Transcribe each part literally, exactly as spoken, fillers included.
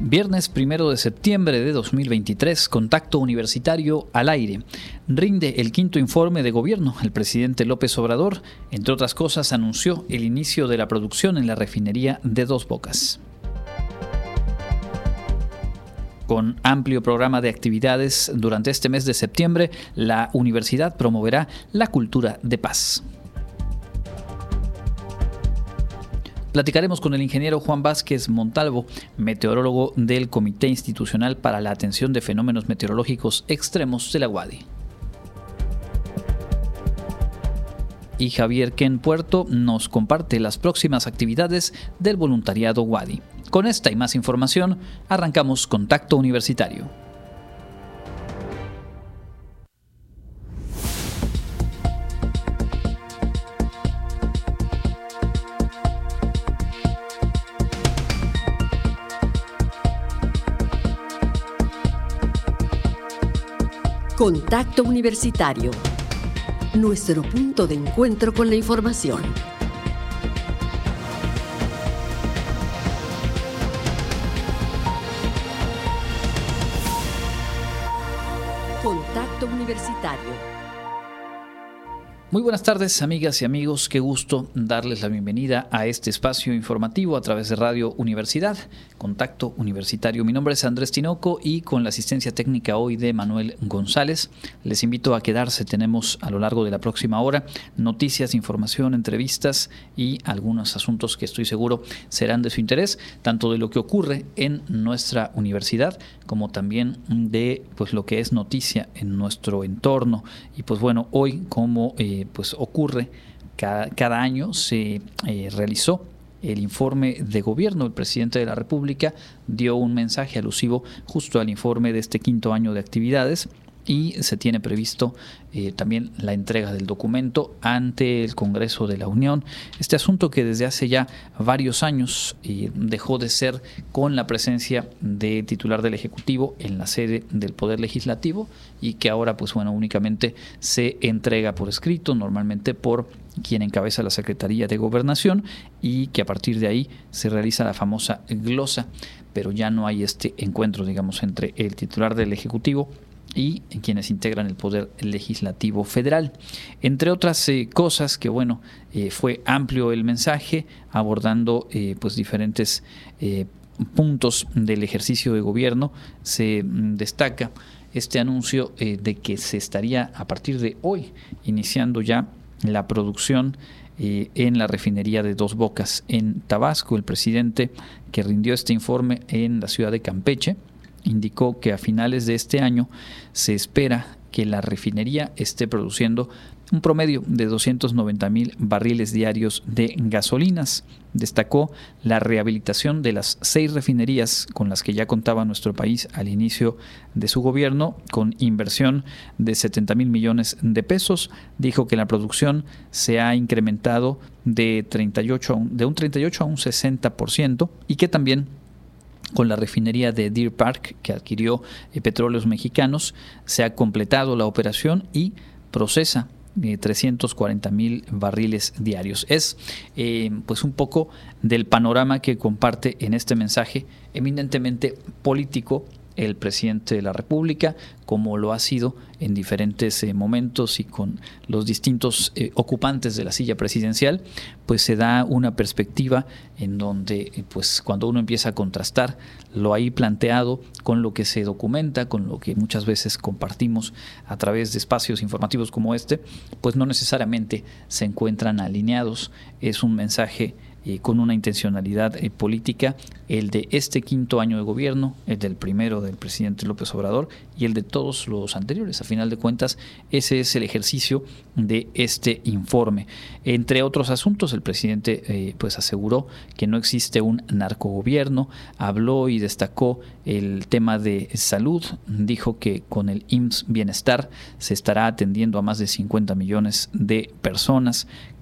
Viernes primero de septiembre de dos mil veintitrés, Contacto Universitario al aire. Rinde el quinto informe de gobierno. El presidente López Obrador, entre otras cosas, anunció el inicio de la producción en la refinería de Dos Bocas. Con amplio programa de actividades durante este mes de septiembre, la universidad promoverá la cultura de paz. Platicaremos con el ingeniero Juan Vázquez Montalvo, meteorólogo del Comité Institucional para la Atención de Fenómenos Meteorológicos Extremos de la UADY. Y Javier Ken Puerto nos comparte las próximas actividades del voluntariado UADY. Con esta y más información, arrancamos Contacto Universitario. Contacto Universitario, nuestro punto de encuentro con la información. Contacto Universitario. Muy buenas tardes, amigas y amigos. Qué gusto darles la bienvenida a este espacio informativo a través de Radio Universidad, Contacto Universitario. Mi nombre es Andrés Tinoco y con la asistencia técnica hoy de Manuel González. Les invito a quedarse. Tenemos a lo largo de la próxima hora noticias, información, entrevistas y algunos asuntos que estoy seguro serán de su interés, tanto de lo que ocurre en nuestra universidad como también de pues lo que es noticia en nuestro entorno. Y pues bueno, hoy como eh, pues ocurre cada, cada año se eh, realizó el informe de gobierno. El presidente de la República dio un mensaje alusivo justo al informe de este quinto año de actividades y se tiene previsto eh, también la entrega del documento ante el Congreso de la Unión. Este asunto que desde hace ya varios años eh, dejó de ser con la presencia del titular del Ejecutivo en la sede del Poder Legislativo y que ahora pues bueno únicamente se entrega por escrito, normalmente por quien encabeza la Secretaría de Gobernación, y que a partir de ahí se realiza la famosa glosa, pero ya no hay este encuentro, digamos, entre el titular del Ejecutivo y quienes integran el Poder Legislativo Federal. Entre otras eh, cosas que, bueno, eh, fue amplio el mensaje, abordando eh, pues diferentes eh, puntos del ejercicio de gobierno. Se mm, destaca este anuncio eh, de que se estaría a partir de hoy iniciando ya la producción eh, en la refinería de Dos Bocas en Tabasco. El presidente, que rindió este informe en la ciudad de Campeche, indicó que a finales de este año se espera que la refinería esté produciendo un promedio de doscientos noventa mil barriles diarios de gasolinas. Destacó la rehabilitación de las seis refinerías con las que ya contaba nuestro país al inicio de su gobierno, con inversión de setenta mil millones de pesos. Dijo que la producción se ha incrementado de, treinta y ocho, de un treinta y ocho a un sesenta por ciento y que también con la refinería de Deer Park, que adquirió eh, Petróleos Mexicanos, se ha completado la operación y procesa eh, trescientos cuarenta mil barriles diarios. Es eh, pues un poco del panorama que comparte en este mensaje eminentemente político el presidente de la República, como lo ha sido en diferentes eh, momentos y con los distintos eh, ocupantes de la silla presidencial, pues se da una perspectiva en donde eh, pues cuando uno empieza a contrastar lo ahí planteado con lo que se documenta, con lo que muchas veces compartimos a través de espacios informativos como este, pues no necesariamente se encuentran alineados. Es un mensaje Eh, con una intencionalidad eh, política, el de este quinto año de gobierno, el del primero del presidente López Obrador y el de todos los anteriores. A final de cuentas, ese es el ejercicio de este informe. Entre otros asuntos, el presidente eh, pues aseguró que no existe un narcogobierno, habló y destacó el tema de salud, dijo que con el I M S S Bienestar se estará atendiendo a más de cincuenta millones de personas,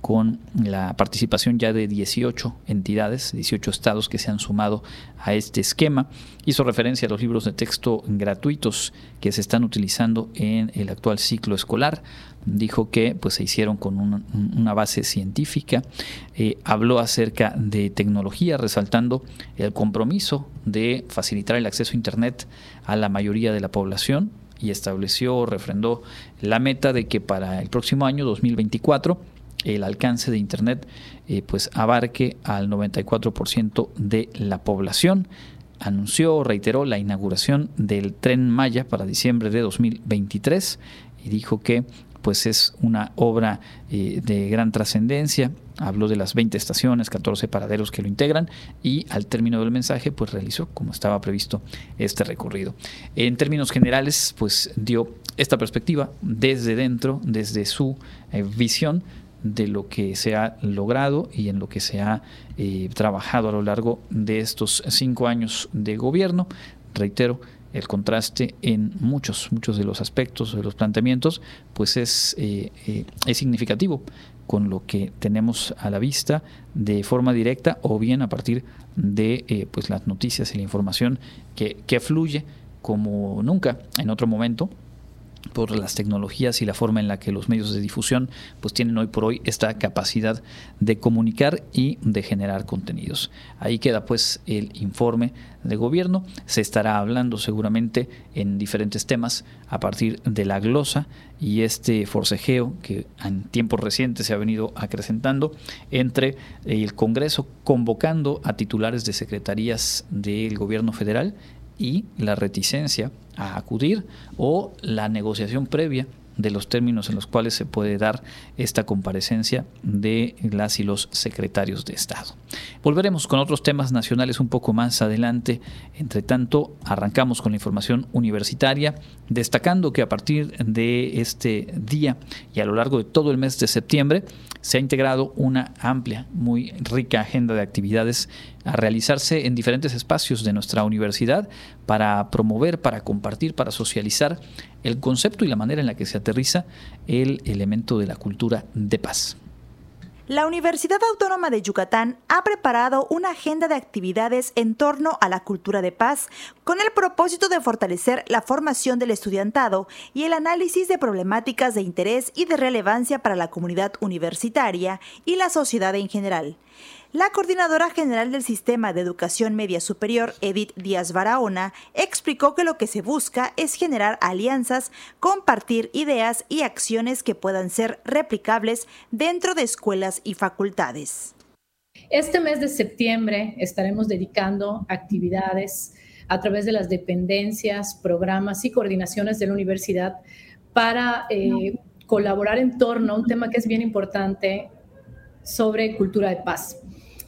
con la participación ya de dieciocho entidades, dieciocho estados que se han sumado a este esquema. Hizo referencia a los libros de texto gratuitos que se están utilizando en el actual ciclo escolar. Dijo que pues, se hicieron con un, una base científica. Eh, habló acerca de tecnología, resaltando el compromiso de facilitar el acceso a Internet a la mayoría de la población, y estableció, refrendó la meta de que para el próximo año, dos mil veinticuatro, el alcance de Internet eh, pues abarque al noventa y cuatro por ciento de la población. Anunció, reiteró la inauguración del Tren Maya para diciembre de dos mil veintitrés y dijo que pues es una obra eh, de gran trascendencia. Habló de las veinte estaciones, catorce paraderos que lo integran, y al término del mensaje pues realizó, como estaba previsto, este recorrido. En términos generales, pues dio esta perspectiva desde dentro, desde su eh, visión de lo que se ha logrado y en lo que se ha eh, trabajado a lo largo de estos cinco años de gobierno. Reitero, el contraste en muchos, muchos de los aspectos, de los planteamientos, pues es, eh, eh, es significativo con lo que tenemos a la vista de forma directa o bien a partir de eh, pues las noticias y la información que, que fluye como nunca en otro momento, por las tecnologías y la forma en la que los medios de difusión pues tienen hoy por hoy esta capacidad de comunicar y de generar contenidos. Ahí queda pues el informe de gobierno. Se estará hablando seguramente en diferentes temas a partir de la glosa y este forcejeo que en tiempos recientes se ha venido acrecentando entre el Congreso convocando a titulares de secretarías del gobierno federal y la reticencia a acudir o la negociación previa de los términos en los cuales se puede dar esta comparecencia de las y los secretarios de Estado. Volveremos con otros temas nacionales un poco más adelante. Entre tanto, arrancamos con la información universitaria, destacando que a partir de este día y a lo largo de todo el mes de septiembre se ha integrado una amplia, muy rica agenda de actividades a realizarse en diferentes espacios de nuestra universidad para promover, para compartir, para socializar el concepto y la manera en la que se aterriza el elemento de la cultura de paz. La Universidad Autónoma de Yucatán ha preparado una agenda de actividades en torno a la cultura de paz con el propósito de fortalecer la formación del estudiantado y el análisis de problemáticas de interés y de relevancia para la comunidad universitaria y la sociedad en general. La coordinadora general del Sistema de Educación Media Superior, Edith Díaz Barahona, explicó que lo que se busca es generar alianzas, compartir ideas y acciones que puedan ser replicables dentro de escuelas y facultades. Este mes de septiembre estaremos dedicando actividades a través de las dependencias, programas y coordinaciones de la universidad para eh, colaborar en torno a un tema que es bien importante sobre cultura de paz.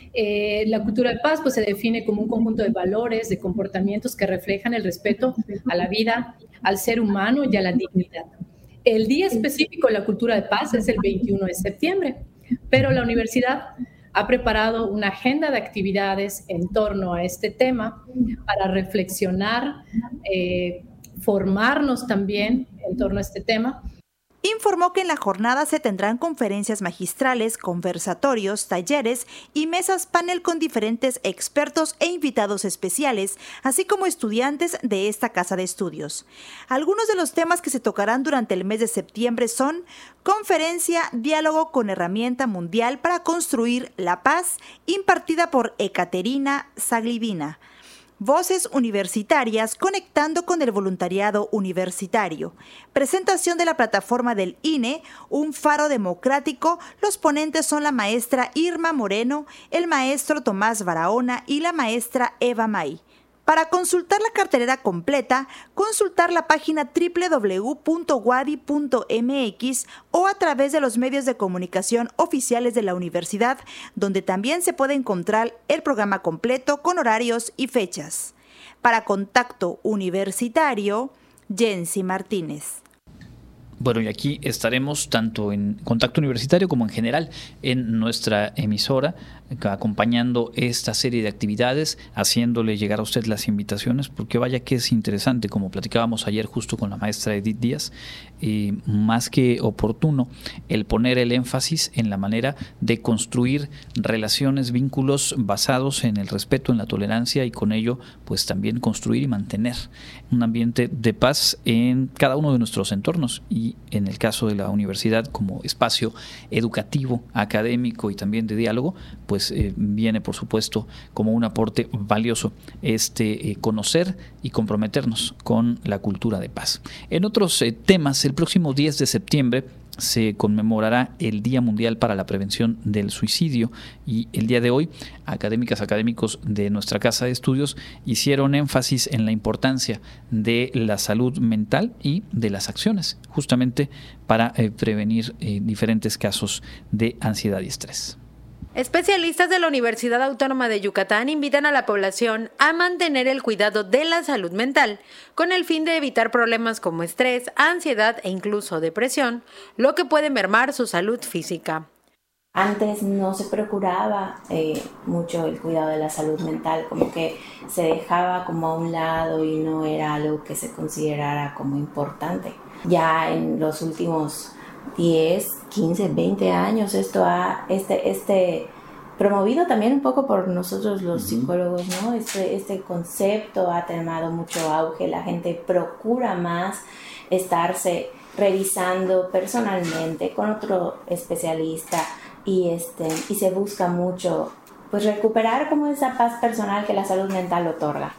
Eh, la cultura de paz pues, se define como un conjunto de valores, de comportamientos que reflejan el respeto a la vida, al ser humano y a la dignidad. El día específico de la cultura de paz es el veintiuno de septiembre, pero la universidad ha preparado una agenda de actividades en torno a este tema para reflexionar, eh, formarnos también en torno a este tema. Informó que en la jornada se tendrán conferencias magistrales, conversatorios, talleres y mesas panel con diferentes expertos e invitados especiales, así como estudiantes de esta casa de estudios. Algunos de los temas que se tocarán durante el mes de septiembre son Conferencia Diálogo con Herramienta Mundial para Construir la Paz, impartida por Ekaterina Zaglivina. Voces universitarias conectando con el voluntariado universitario. Presentación de la plataforma del I N E, un faro democrático. Los ponentes son la maestra Irma Moreno, el maestro Tomás Barahona y la maestra Eva May. Para consultar la cartelera completa, consultar la página doble u doble u doble u punto wadi punto m x o a través de los medios de comunicación oficiales de la universidad, donde también se puede encontrar el programa completo con horarios y fechas. Para Contacto Universitario, Jensi Martínez. Bueno, y aquí estaremos tanto en Contacto Universitario como en general en nuestra emisora, acompañando esta serie de actividades, haciéndole llegar a usted las invitaciones, porque vaya que es interesante, como platicábamos ayer justo con la maestra Edith Díaz, eh, más que oportuno el poner el énfasis en la manera de construir relaciones, vínculos basados en el respeto, en la tolerancia, y con ello pues también construir y mantener un ambiente de paz en cada uno de nuestros entornos, y en el caso de la universidad como espacio educativo, académico y también de diálogo, pues eh, viene por supuesto como un aporte valioso este eh, conocer y comprometernos con la cultura de paz. En otros eh, temas, el próximo diez de septiembre se conmemorará el Día Mundial para la Prevención del Suicidio, y el día de hoy académicas, académicos de nuestra casa de estudios hicieron énfasis en la importancia de la salud mental y de las acciones justamente para eh, prevenir eh, diferentes casos de ansiedad y estrés. Especialistas de la Universidad Autónoma de Yucatán invitan a la población a mantener el cuidado de la salud mental con el fin de evitar problemas como estrés, ansiedad e incluso depresión, lo que puede mermar su salud física. Antes no se procuraba eh, mucho el cuidado de la salud mental, como que se dejaba como a un lado y no era algo que se considerara como importante. Ya en los últimos diez, quince, veinte años esto ha este este promovido también un poco por nosotros los uh-huh. psicólogos, ¿no? Este este concepto ha tomado mucho auge, la gente procura más estarse revisando personalmente con otro especialista y este y se busca mucho pues recuperar como esa paz personal que la salud mental otorga.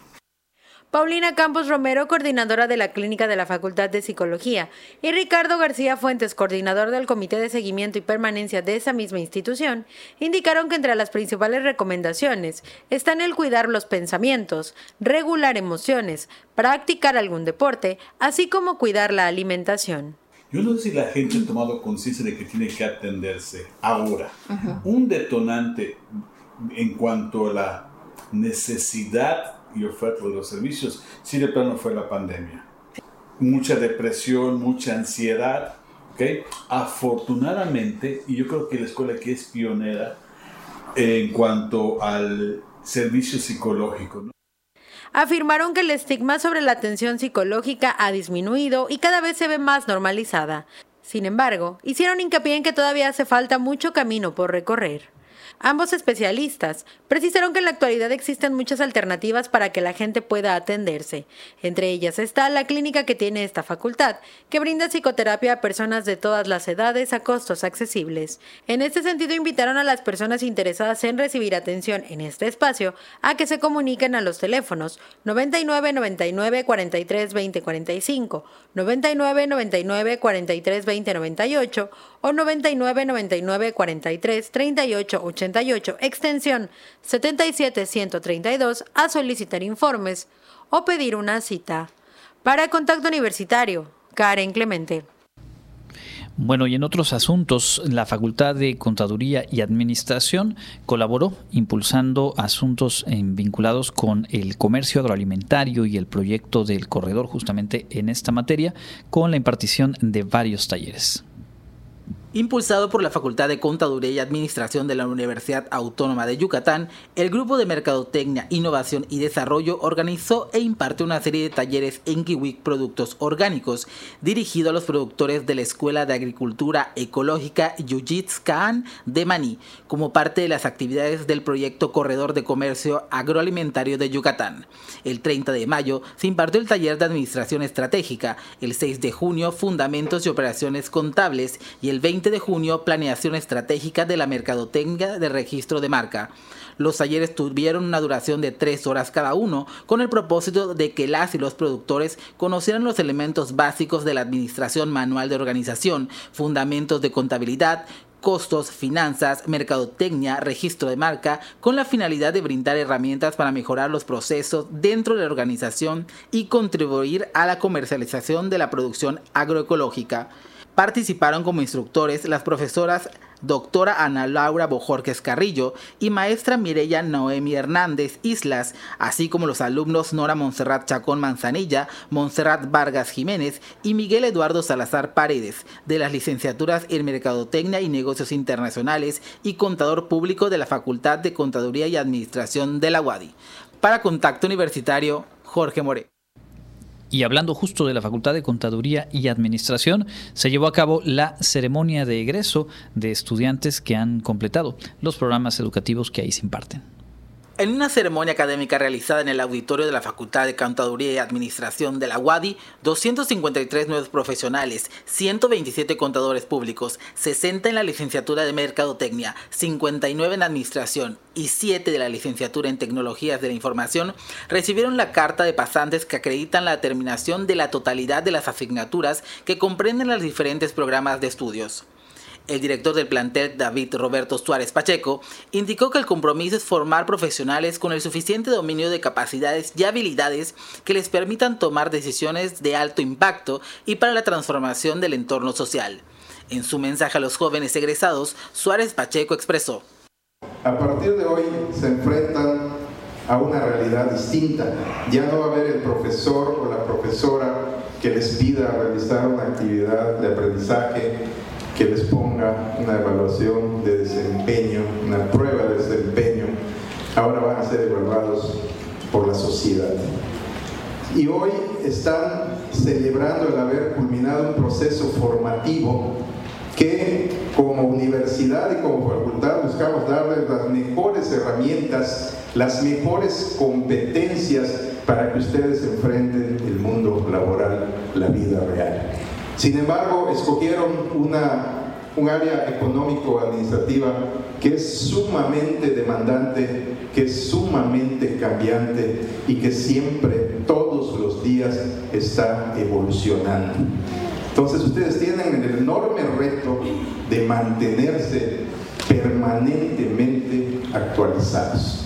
Paulina Campos Romero, coordinadora de la Clínica de la Facultad de Psicología, y Ricardo García Fuentes, coordinador del Comité de Seguimiento y Permanencia de esa misma institución, indicaron que entre las principales recomendaciones están el cuidar los pensamientos, regular emociones, practicar algún deporte, así como cuidar la alimentación. Yo no sé si la gente ha tomado conciencia de que tiene que atenderse ahora. Uh-huh. Un detonante en cuanto a la necesidad y oferta de los servicios, sí de plano fue la pandemia. Mucha depresión, mucha ansiedad, ¿okay? Afortunadamente, y yo creo que la escuela aquí es pionera en cuanto al servicio psicológico, ¿no? Afirmaron que el estigma sobre la atención psicológica ha disminuido y cada vez se ve más normalizada. Sin embargo, hicieron hincapié en que todavía hace falta mucho camino por recorrer. Ambos especialistas precisaron que en la actualidad existen muchas alternativas para que la gente pueda atenderse. Entre ellas está la clínica que tiene esta facultad, que brinda psicoterapia a personas de todas las edades a costos accesibles. En este sentido, invitaron a las personas interesadas en recibir atención en este espacio a que se comuniquen a los teléfonos noventa y nueve, noventa y nueve, cuarenta y tres, veinte, cuarenta y cinco, noventa y nueve, noventa y nueve, cuarenta y tres, veinte, noventa y ocho o noventa y nueve, noventa y nueve, cuarenta y tres, treinta y ocho, ochenta y ocho, extensión setenta y siete, ciento treinta y dos, a solicitar informes o pedir una cita. Para Contacto Universitario, Karen Clemente. Bueno, y en otros asuntos, la Facultad de Contaduría y Administración colaboró impulsando asuntos en, vinculados con el comercio agroalimentario y el proyecto del corredor justamente en esta materia, con la impartición de varios talleres. Impulsado por la Facultad de Contaduría y Administración de la Universidad Autónoma de Yucatán, el Grupo de Mercadotecnia, Innovación y Desarrollo organizó e impartió una serie de talleres en Kiwik Productos Orgánicos, dirigido a los productores de la Escuela de Agricultura Ecológica Yuyitz-Kaan de Maní, como parte de las actividades del proyecto Corredor de Comercio Agroalimentario de Yucatán. El treinta de mayo se impartió el taller de Administración Estratégica, el seis de junio Fundamentos y Operaciones Contables y el veinte de junio Planeación Estratégica de la Mercadotecnia de Registro de Marca. Los talleres tuvieron una duración de tres horas cada uno, con el propósito de que las y los productores conocieran los elementos básicos de la administración manual de organización, fundamentos de contabilidad, costos, finanzas, mercadotecnia, registro de marca, con la finalidad de brindar herramientas para mejorar los procesos dentro de la organización y contribuir a la comercialización de la producción agroecológica. Participaron como instructores las profesoras doctora Ana Laura Bojorquez Carrillo y maestra Mireya Noemi Hernández Islas, así como los alumnos Nora Montserrat Chacón Manzanilla, Montserrat Vargas Jiménez y Miguel Eduardo Salazar Paredes, de las licenciaturas en Mercadotecnia y Negocios Internacionales y Contador Público de la Facultad de Contaduría y Administración de la U A D Y. Para Contacto Universitario, Jorge More. Y hablando justo de la Facultad de Contaduría y Administración, se llevó a cabo la ceremonia de egreso de estudiantes que han completado los programas educativos que ahí se imparten. En una ceremonia académica realizada en el auditorio de la Facultad de Contaduría y Administración de la U A D Y, doscientos cincuenta y tres nuevos profesionales, ciento veintisiete contadores públicos, sesenta en la licenciatura de Mercadotecnia, cincuenta y nueve en Administración y siete de la licenciatura en Tecnologías de la Información, recibieron la carta de pasantes que acreditan la terminación de la totalidad de las asignaturas que comprenden los diferentes programas de estudios. El director del plantel, David Roberto Suárez Pacheco, indicó que el compromiso es formar profesionales con el suficiente dominio de capacidades y habilidades que les permitan tomar decisiones de alto impacto y para la transformación del entorno social. En su mensaje a los jóvenes egresados, Suárez Pacheco expresó: a partir de hoy se enfrentan a una realidad distinta. Ya no va a haber el profesor o la profesora que les pida realizar una actividad de aprendizaje, que les ponga una evaluación de desempeño, una prueba de desempeño. Ahora van a ser evaluados por la sociedad. Y hoy están celebrando el haber culminado un proceso formativo que como universidad y como facultad buscamos darles las mejores herramientas, las mejores competencias para que ustedes enfrenten el mundo laboral, la vida real. Sin embargo, escogieron una, un área económico-administrativa que es sumamente demandante, que es sumamente cambiante y que siempre, todos los días, está evolucionando. Entonces ustedes tienen el enorme reto de mantenerse permanentemente actualizados.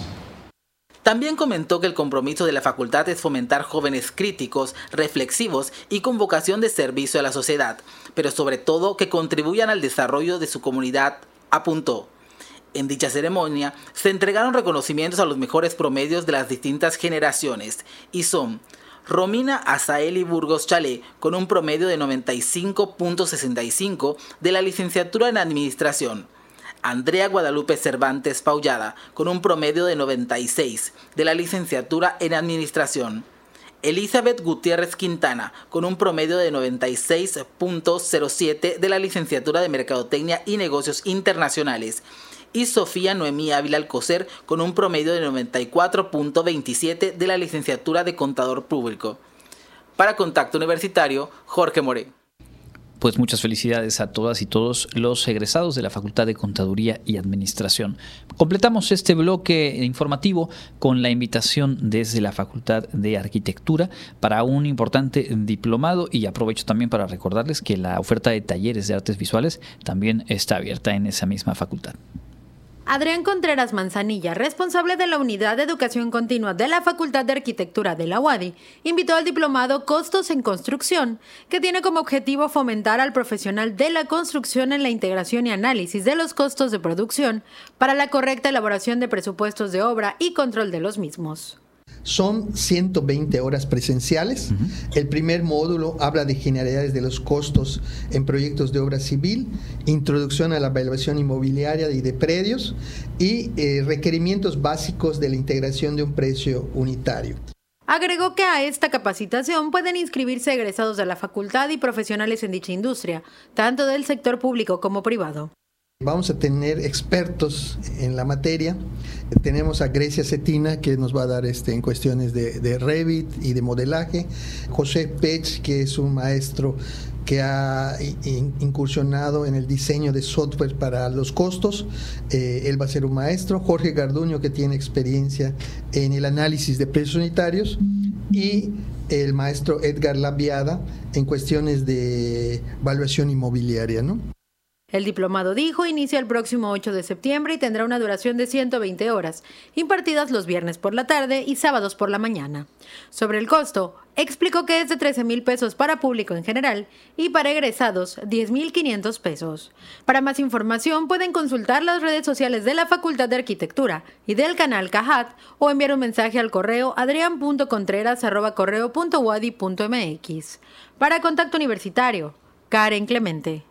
También comentó que el compromiso de la facultad es fomentar jóvenes críticos, reflexivos y con vocación de servicio a la sociedad, pero sobre todo que contribuyan al desarrollo de su comunidad, apuntó. En dicha ceremonia se entregaron reconocimientos a los mejores promedios de las distintas generaciones y son Romina Azaeli Burgos Chalé con un promedio de noventa y cinco punto sesenta y cinco de la licenciatura en Administración, Andrea Guadalupe Cervantes Paullada con un promedio de noventa y seis de la licenciatura en Administración, Elizabeth Gutiérrez Quintana con un promedio de noventa y seis punto cero siete de la licenciatura de Mercadotecnia y Negocios Internacionales y Sofía Noemí Ávila Alcocer con un promedio de noventa y cuatro punto veintisiete de la licenciatura de Contador Público. Para Contacto Universitario, Jorge More. Pues muchas felicidades a todas y todos los egresados de la Facultad de Contaduría y Administración. Completamos este bloque informativo con la invitación desde la Facultad de Arquitectura para un importante diplomado, y aprovecho también para recordarles que la oferta de talleres de artes visuales también está abierta en esa misma facultad. Adrián Contreras Manzanilla, responsable de la Unidad de Educación Continua de la Facultad de Arquitectura de la U A D Y, invitó al diplomado Costos en Construcción, que tiene como objetivo fomentar al profesional de la construcción en la integración y análisis de los costos de producción para la correcta elaboración de presupuestos de obra y control de los mismos. Son ciento veinte horas presenciales. Uh-huh. El primer módulo habla de generalidades de los costos en proyectos de obra civil, introducción a la evaluación inmobiliaria y de predios y eh, requerimientos básicos de la integración de un precio unitario. Agregó que a esta capacitación pueden inscribirse egresados de la facultad y profesionales en dicha industria, tanto del sector público como privado. Vamos a tener expertos en la materia. Tenemos a Grecia Cetina, que nos va a dar este, en cuestiones de, de Revit y de modelaje. José Pech, que es un maestro que ha incursionado en el diseño de software para los costos. Eh, él va a ser un maestro. Jorge Garduño, que tiene experiencia en el análisis de precios unitarios. Y el maestro Edgar Labiada en cuestiones de evaluación inmobiliaria, ¿no? El diplomado, dijo, inicia el próximo ocho de septiembre y tendrá una duración de ciento veinte horas, impartidas los viernes por la tarde y sábados por la mañana. Sobre el costo, explicó que es de trece mil pesos para público en general y para egresados diez mil quinientos pesos. Para más información pueden consultar las redes sociales de la Facultad de Arquitectura y del canal Cajat o enviar un mensaje al correo adrian punto contreras arroba correo punto uadi punto mx. Para Contacto Universitario, Karen Clemente.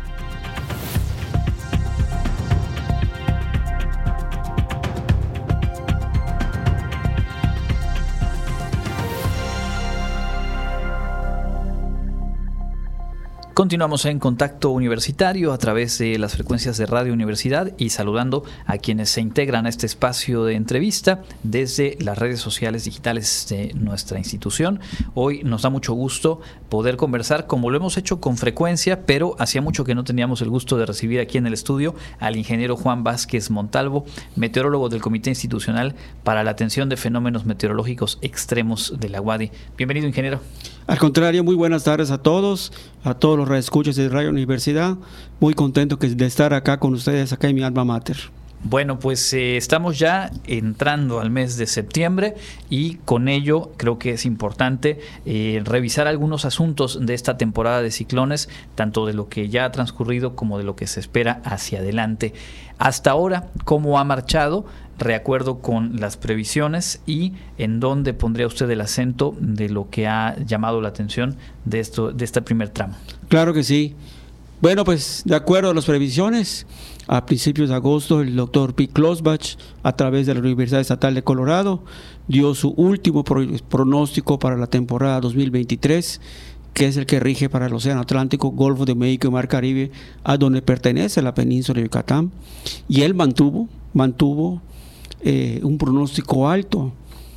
Continuamos en Contacto Universitario a través de las frecuencias de Radio Universidad y saludando a quienes se integran a este espacio de entrevista desde las redes sociales digitales de nuestra institución. Hoy nos da mucho gusto poder conversar, como lo hemos hecho con frecuencia, pero hacía mucho que no teníamos el gusto de recibir aquí en el estudio al ingeniero Juan Vázquez Montalvo, meteorólogo del Comité Institucional para la Atención de Fenómenos Meteorológicos Extremos de la UADY. Bienvenido, ingeniero. Al contrario, muy buenas tardes a todos, a todos los radioescuchas de Radio Universidad. Muy contento que de estar acá con ustedes, acá en mi alma mater. Bueno, pues eh, estamos ya entrando al mes de septiembre y con ello creo que es importante eh, revisar algunos asuntos de esta temporada de ciclones, tanto de lo que ya ha transcurrido como de lo que se espera hacia adelante. Hasta ahora, ¿cómo ha marchado? Reacuerdo con las previsiones y en dónde pondría usted el acento de lo que ha llamado la atención de esto, de este primer tramo. Claro que sí. Bueno, pues de acuerdo a las previsiones, a principios de agosto el doctor Pete Klosbach, a través de la Universidad Estatal de Colorado, dio su último pro- pronóstico para la temporada dos mil veintitrés, que es el que rige para el Océano Atlántico, Golfo de México y Mar Caribe, a donde pertenece la península de Yucatán. Y él mantuvo, mantuvo eh, un pronóstico alto.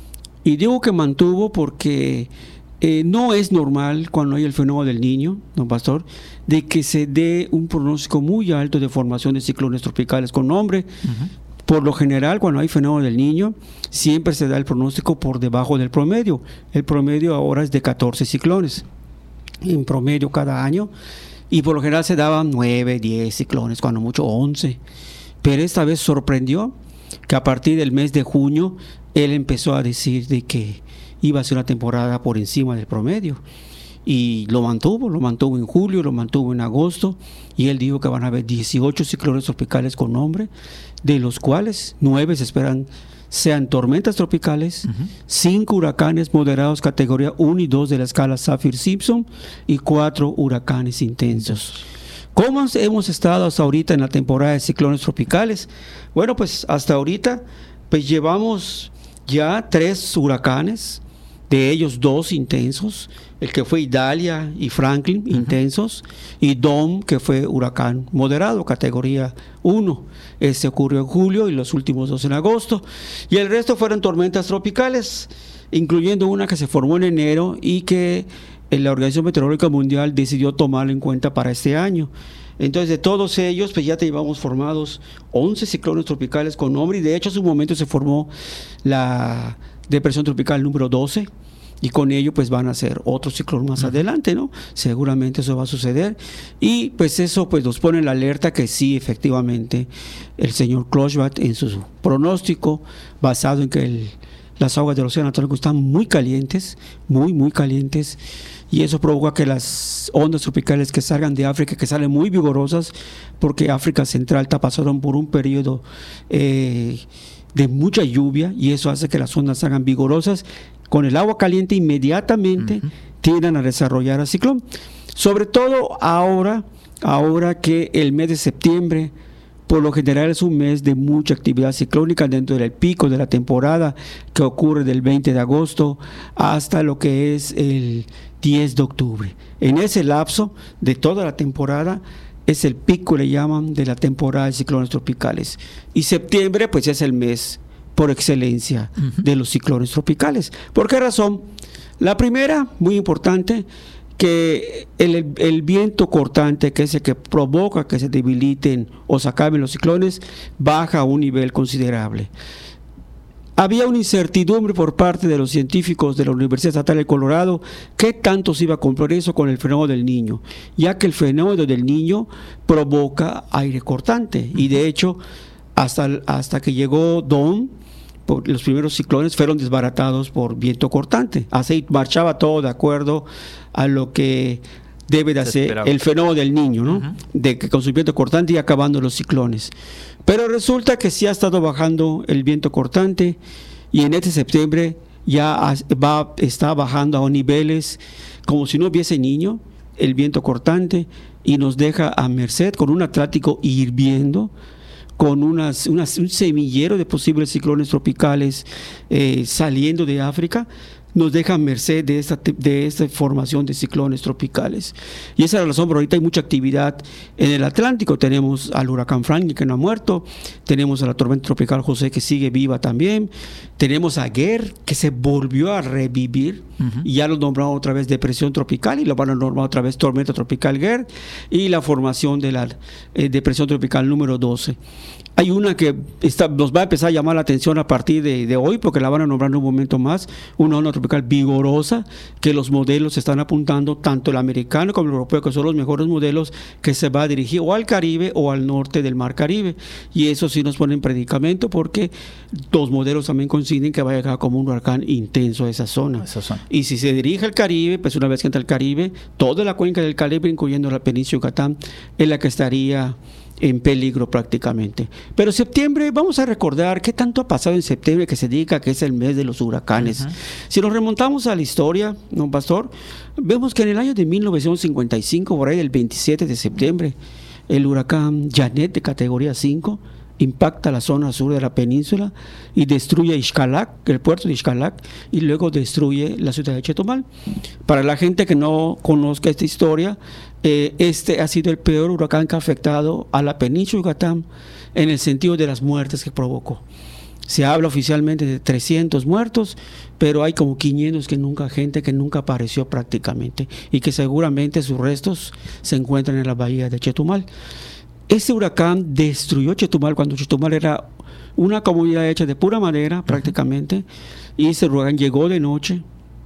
Y digo que mantuvo porque eh, no es normal cuando hay el fenómeno del Niño, don Pastor, de que se dé un pronóstico muy alto de formación de ciclones tropicales con nombre. Uh-huh. Por lo general, cuando hay fenómeno del Niño, siempre se da el pronóstico por debajo del promedio. El promedio ahora es de catorce ciclones en promedio cada año, y por lo general se daban nueve, diez ciclones, cuando mucho once. Pero esta vez sorprendió que a partir del mes de junio él empezó a decir de que iba a ser una temporada por encima del promedio, y lo mantuvo, lo mantuvo en julio, lo mantuvo en agosto, y él dijo que van a haber dieciocho ciclones tropicales con nombre, de los cuales nueve se esperan sean tormentas tropicales, uh-huh. cinco huracanes moderados categoría uno y dos de la escala Saffir-Simpson y cuatro huracanes intensos. ¿Cómo hemos estado hasta ahorita en la temporada de ciclones tropicales? Bueno, pues hasta ahorita pues llevamos ya tres huracanes, de ellos dos intensos, el que fue Idalia y Franklin, uh-huh. intensos, y Dom, que fue huracán moderado, categoría uno. Este ocurrió en julio y los últimos dos en agosto, y el resto fueron tormentas tropicales, incluyendo una que se formó en enero y que la Organización Meteorológica Mundial decidió tomarla en cuenta para este año. Entonces, de todos ellos, pues ya te llevamos formados once ciclones tropicales con nombre, y de hecho en su momento se formó la depresión tropical número doce, y con ello pues van a ser otros ciclones más uh-huh. adelante, ¿no? Seguramente eso va a suceder, y pues eso pues nos pone en la alerta que sí, efectivamente, el señor Klosbach en su pronóstico, basado en que el, las aguas del Océano Atlántico están muy calientes, muy, muy calientes, y eso provoca que las ondas tropicales que salgan de África, que salen muy vigorosas, porque África Central está pasando por un periodo eh, de mucha lluvia, y eso hace que las ondas salgan vigorosas. Con el agua caliente inmediatamente uh-huh. tienden a desarrollar el ciclón. Sobre todo ahora, ahora que el mes de septiembre, por lo general es un mes de mucha actividad ciclónica dentro del pico de la temporada, que ocurre del veinte de agosto hasta lo que es el diez de octubre. En ese lapso de toda la temporada es el pico, le llaman, de la temporada de ciclones tropicales. Y septiembre pues es el mes por excelencia uh-huh. de los ciclones tropicales. ¿Por qué razón? La primera, muy importante, que el, el viento cortante, que es el que provoca que se debiliten o se acaben los ciclones, baja a un nivel considerable. había una incertidumbre por parte de los científicos de la Universidad Estatal de Colorado qué tanto se iba a cumplir eso con el fenómeno del Niño, ya que el fenómeno del Niño provoca aire cortante y de hecho hasta, hasta que llegó Don, por los primeros ciclones fueron desbaratados por viento cortante, así marchaba todo de acuerdo a lo que debe de hacer el fenómeno del Niño, ¿no? Uh-huh. De que con su viento cortante y acabando los ciclones. Pero resulta que sí ha estado bajando el viento cortante y en este septiembre ya va, está bajando a niveles como si no hubiese Niño, el viento cortante, y nos deja a merced con un Atlántico hirviendo, con unas, unas, un semillero de posibles ciclones tropicales eh, saliendo de África, nos deja a merced de esta, de esta formación de ciclones tropicales. Y esa es la razón, por ahorita hay mucha actividad en el Atlántico. Tenemos al huracán Franklin, que no ha muerto, tenemos a la tormenta tropical José, que sigue viva también, tenemos a Gert, que se volvió a revivir, uh-huh. y ya lo nombraron otra vez depresión tropical, y lo van a nombrar otra vez tormenta tropical Gert, y la formación de la eh, depresión tropical número doce. Hay una que está, nos va a empezar a llamar la atención a partir de, de hoy, porque la van a nombrar en un momento más, una onda tropical vigorosa, que los modelos están apuntando, tanto el americano como el europeo, que son los mejores modelos, que se va a dirigir o al Caribe o al norte del Mar Caribe. Y eso sí nos pone en predicamento, porque los modelos también coinciden que va a llegar como un huracán intenso a esa zona. Esa zona. Y si se dirige al Caribe, pues una vez que entra al Caribe, toda la cuenca del Caribe, incluyendo la península de Yucatán, es la que estaría en peligro prácticamente. Pero septiembre, vamos a recordar qué tanto ha pasado en septiembre, que se diga que es el mes de los huracanes. Uh-huh. Si nos remontamos a la historia, ¿no, Pastor? Vemos que en el año de mil novecientos cincuenta y cinco, por ahí del veintisiete de septiembre, el huracán Janet de categoría cinco impacta la zona sur de la península y destruye Xcalac, el puerto de Xcalac, y luego destruye la ciudad de Chetumal. Para la gente que no conozca esta historia, eh, este ha sido el peor huracán que ha afectado a la península de Yucatán en el sentido de las muertes que provocó. Se habla oficialmente de trescientos muertos, pero hay como quinientos que nunca, gente que nunca apareció prácticamente, y que seguramente sus restos se encuentran en la bahía de Chetumal. Este huracán destruyó Chetumal cuando Chetumal era una comunidad hecha de pura madera prácticamente, uh-huh. y ese huracán llegó de noche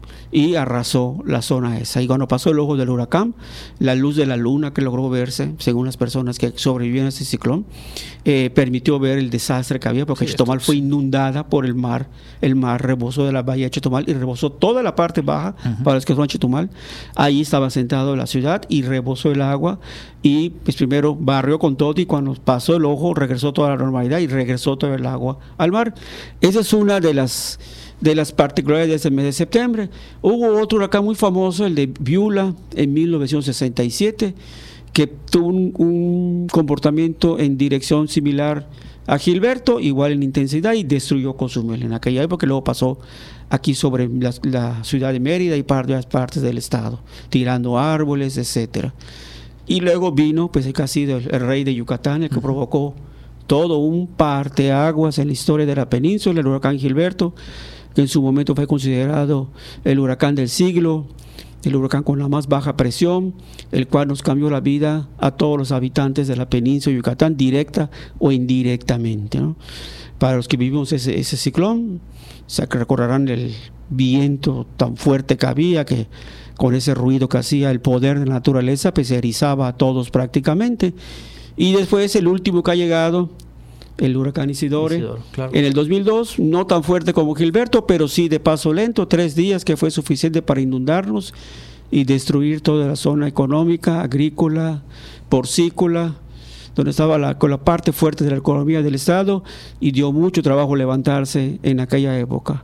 y arrasó la zona esa. Y cuando pasó el ojo del huracán, la luz de la luna que logró verse, según las personas que sobrevivieron a ese ciclón, eh, permitió ver el desastre que había, porque sí, Chetumal fue inundada por el mar. El mar rebosó de la bahía de Chetumal y rebosó toda la parte baja, uh-huh. para los que son Chetumal. Ahí estaba sentado la ciudad y rebosó el agua, y pues primero barrió con todo, y cuando pasó el ojo regresó toda la normalidad y regresó todo el agua al mar. Esa es una de las de las particularidades de ese mes de septiembre. Hubo otro huracán muy famoso, el de Beulah, en mil novecientos sesenta y siete, que tuvo un, un comportamiento en dirección similar a Gilberto, igual en intensidad, y destruyó Cozumel en aquella época. Luego pasó aquí sobre la, la ciudad de Mérida y varias partes del estado, tirando árboles, etcétera. Y luego vino, pues, el que ha sido el, el rey de Yucatán, el que uh-huh. provocó todo un parteaguas en la historia de la península, el huracán Gilberto, que en su momento fue considerado el huracán del siglo, el huracán con la más baja presión, el cual nos cambió la vida a todos los habitantes de la península de Yucatán, directa o indirectamente, ¿no? Para los que vivimos ese, ese ciclón, se recordarán el viento tan fuerte que había, que con ese ruido que hacía el poder de la naturaleza, pues se erizaba a todos prácticamente. Y después el último que ha llegado, el huracán Isidore, Isidoro, claro. en el dos mil dos, no tan fuerte como Gilberto, pero sí de paso lento, tres días, que fue suficiente para inundarnos y destruir toda la zona económica, agrícola, porcícola, donde estaba la, con la parte fuerte de la economía del estado, y dio mucho trabajo levantarse en aquella época.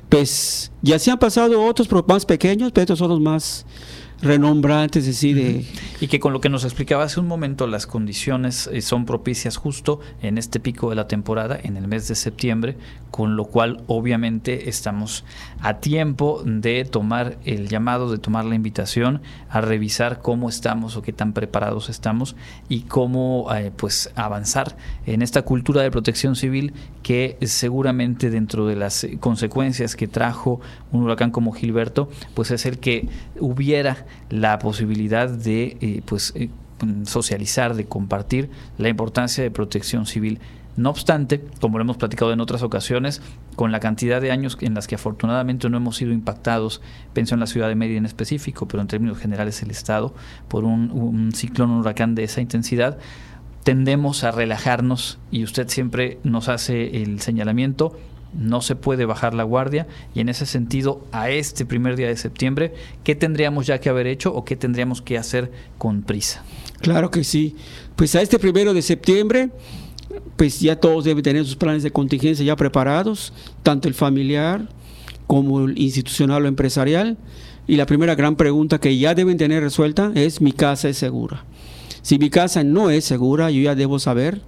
Pues ya se han pasado otros más pequeños, pero estos son los más renombrantes, es decir, de... y que con lo que nos explicaba hace un momento, las condiciones eh, son propicias justo en este pico de la temporada, en el mes de septiembre, con lo cual obviamente estamos a tiempo de tomar el llamado, de tomar la invitación a revisar cómo estamos o qué tan preparados estamos, y cómo eh, pues avanzar en esta cultura de protección civil, que seguramente dentro de las consecuencias que trajo un huracán como Gilberto, pues es el que hubiera la posibilidad de eh, pues eh, socializar, de compartir la importancia de protección civil No obstante, como lo hemos platicado en otras ocasiones, con la cantidad de años en las que afortunadamente no hemos sido impactados, pienso en la ciudad de Mérida en específico, pero en términos generales el estado, por un, un ciclón, un huracán de esa intensidad, tendemos a relajarnos y usted siempre nos hace el señalamiento, no se puede bajar la guardia, y en ese sentido, a este primer día de septiembre, ¿qué tendríamos ya que haber hecho o qué tendríamos que hacer con prisa? Claro que sí. Pues a este primero de septiembre, pues ya todos deben tener sus planes de contingencia ya preparados, tanto el familiar como el institucional o empresarial. Y la primera gran pregunta que ya deben tener resuelta es: ¿mi casa es segura? Si mi casa no es segura, yo ya debo saber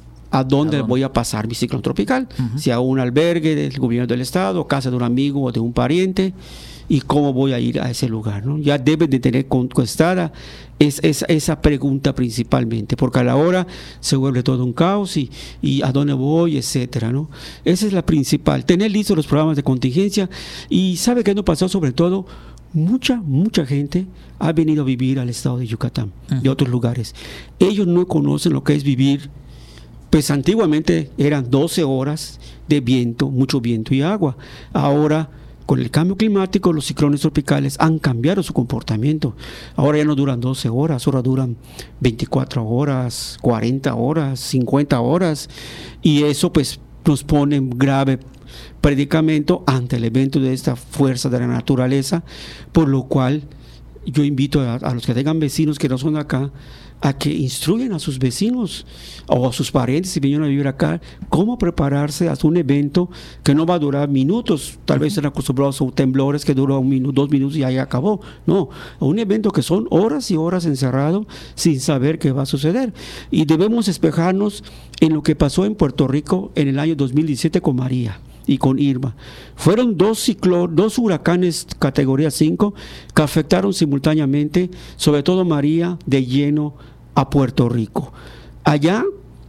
a dónde, ¿A dónde? voy a pasar mi ciclón tropical, uh-huh. si a un albergue del gobierno del estado, casa de un amigo o de un pariente, y cómo voy a ir a ese lugar, ¿no? Ya deben de tener contestada es, es, esa pregunta principalmente, porque a la hora se vuelve todo un caos y, y a dónde voy, etcétera, ¿no? Esa es la principal, tener listos los programas de contingencia. Y ¿sabe qué nos pasó? Sobre todo, mucha, mucha gente ha venido a vivir al estado de Yucatán, uh-huh. de otros lugares. Ellos no conocen lo que es vivir. Pues antiguamente eran doce horas de viento, mucho viento y agua. Ahora, con el cambio climático, los ciclones tropicales han cambiado su comportamiento. Ahora ya no duran doce horas, ahora duran veinticuatro horas, cuarenta horas, cincuenta horas. Y eso pues nos pone en grave predicamento ante el evento de esta fuerza de la naturaleza, por lo cual yo invito a, a los que tengan vecinos que no son de acá, a que instruyan a sus vecinos o a sus parientes si vinieron a vivir acá, cómo prepararse a un evento que no va a durar minutos. Tal vez están acostumbrados a temblores que duran un minuto, dos minutos y ahí acabó. No, a un evento que son horas y horas encerrado sin saber qué va a suceder. Y debemos despejarnos en lo que pasó en Puerto Rico en el año dos mil diecisiete con María y con Irma. Fueron dos ciclones, dos huracanes categoría cinco que afectaron simultáneamente, sobre todo María, de lleno a Puerto Rico. Allá,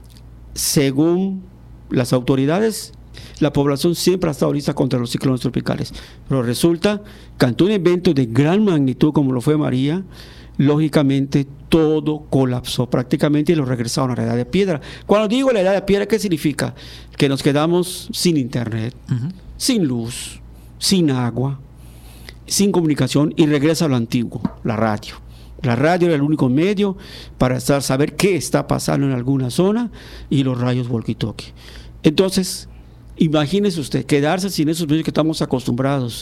según las autoridades, la población siempre ha estado lista contra los ciclones tropicales, pero resulta que ante un evento de gran magnitud como lo fue María, lógicamente todo colapsó prácticamente y lo regresaron a la edad de piedra. Cuando digo la edad de piedra, ¿qué significa? Que nos quedamos sin internet, uh-huh. sin luz, sin agua, sin comunicación, y regresa a lo antiguo, la radio. La radio era el único medio para estar, saber qué está pasando en alguna zona, y los rayos walkie-talkie. Entonces, imagínese usted quedarse sin esos medios que estamos acostumbrados,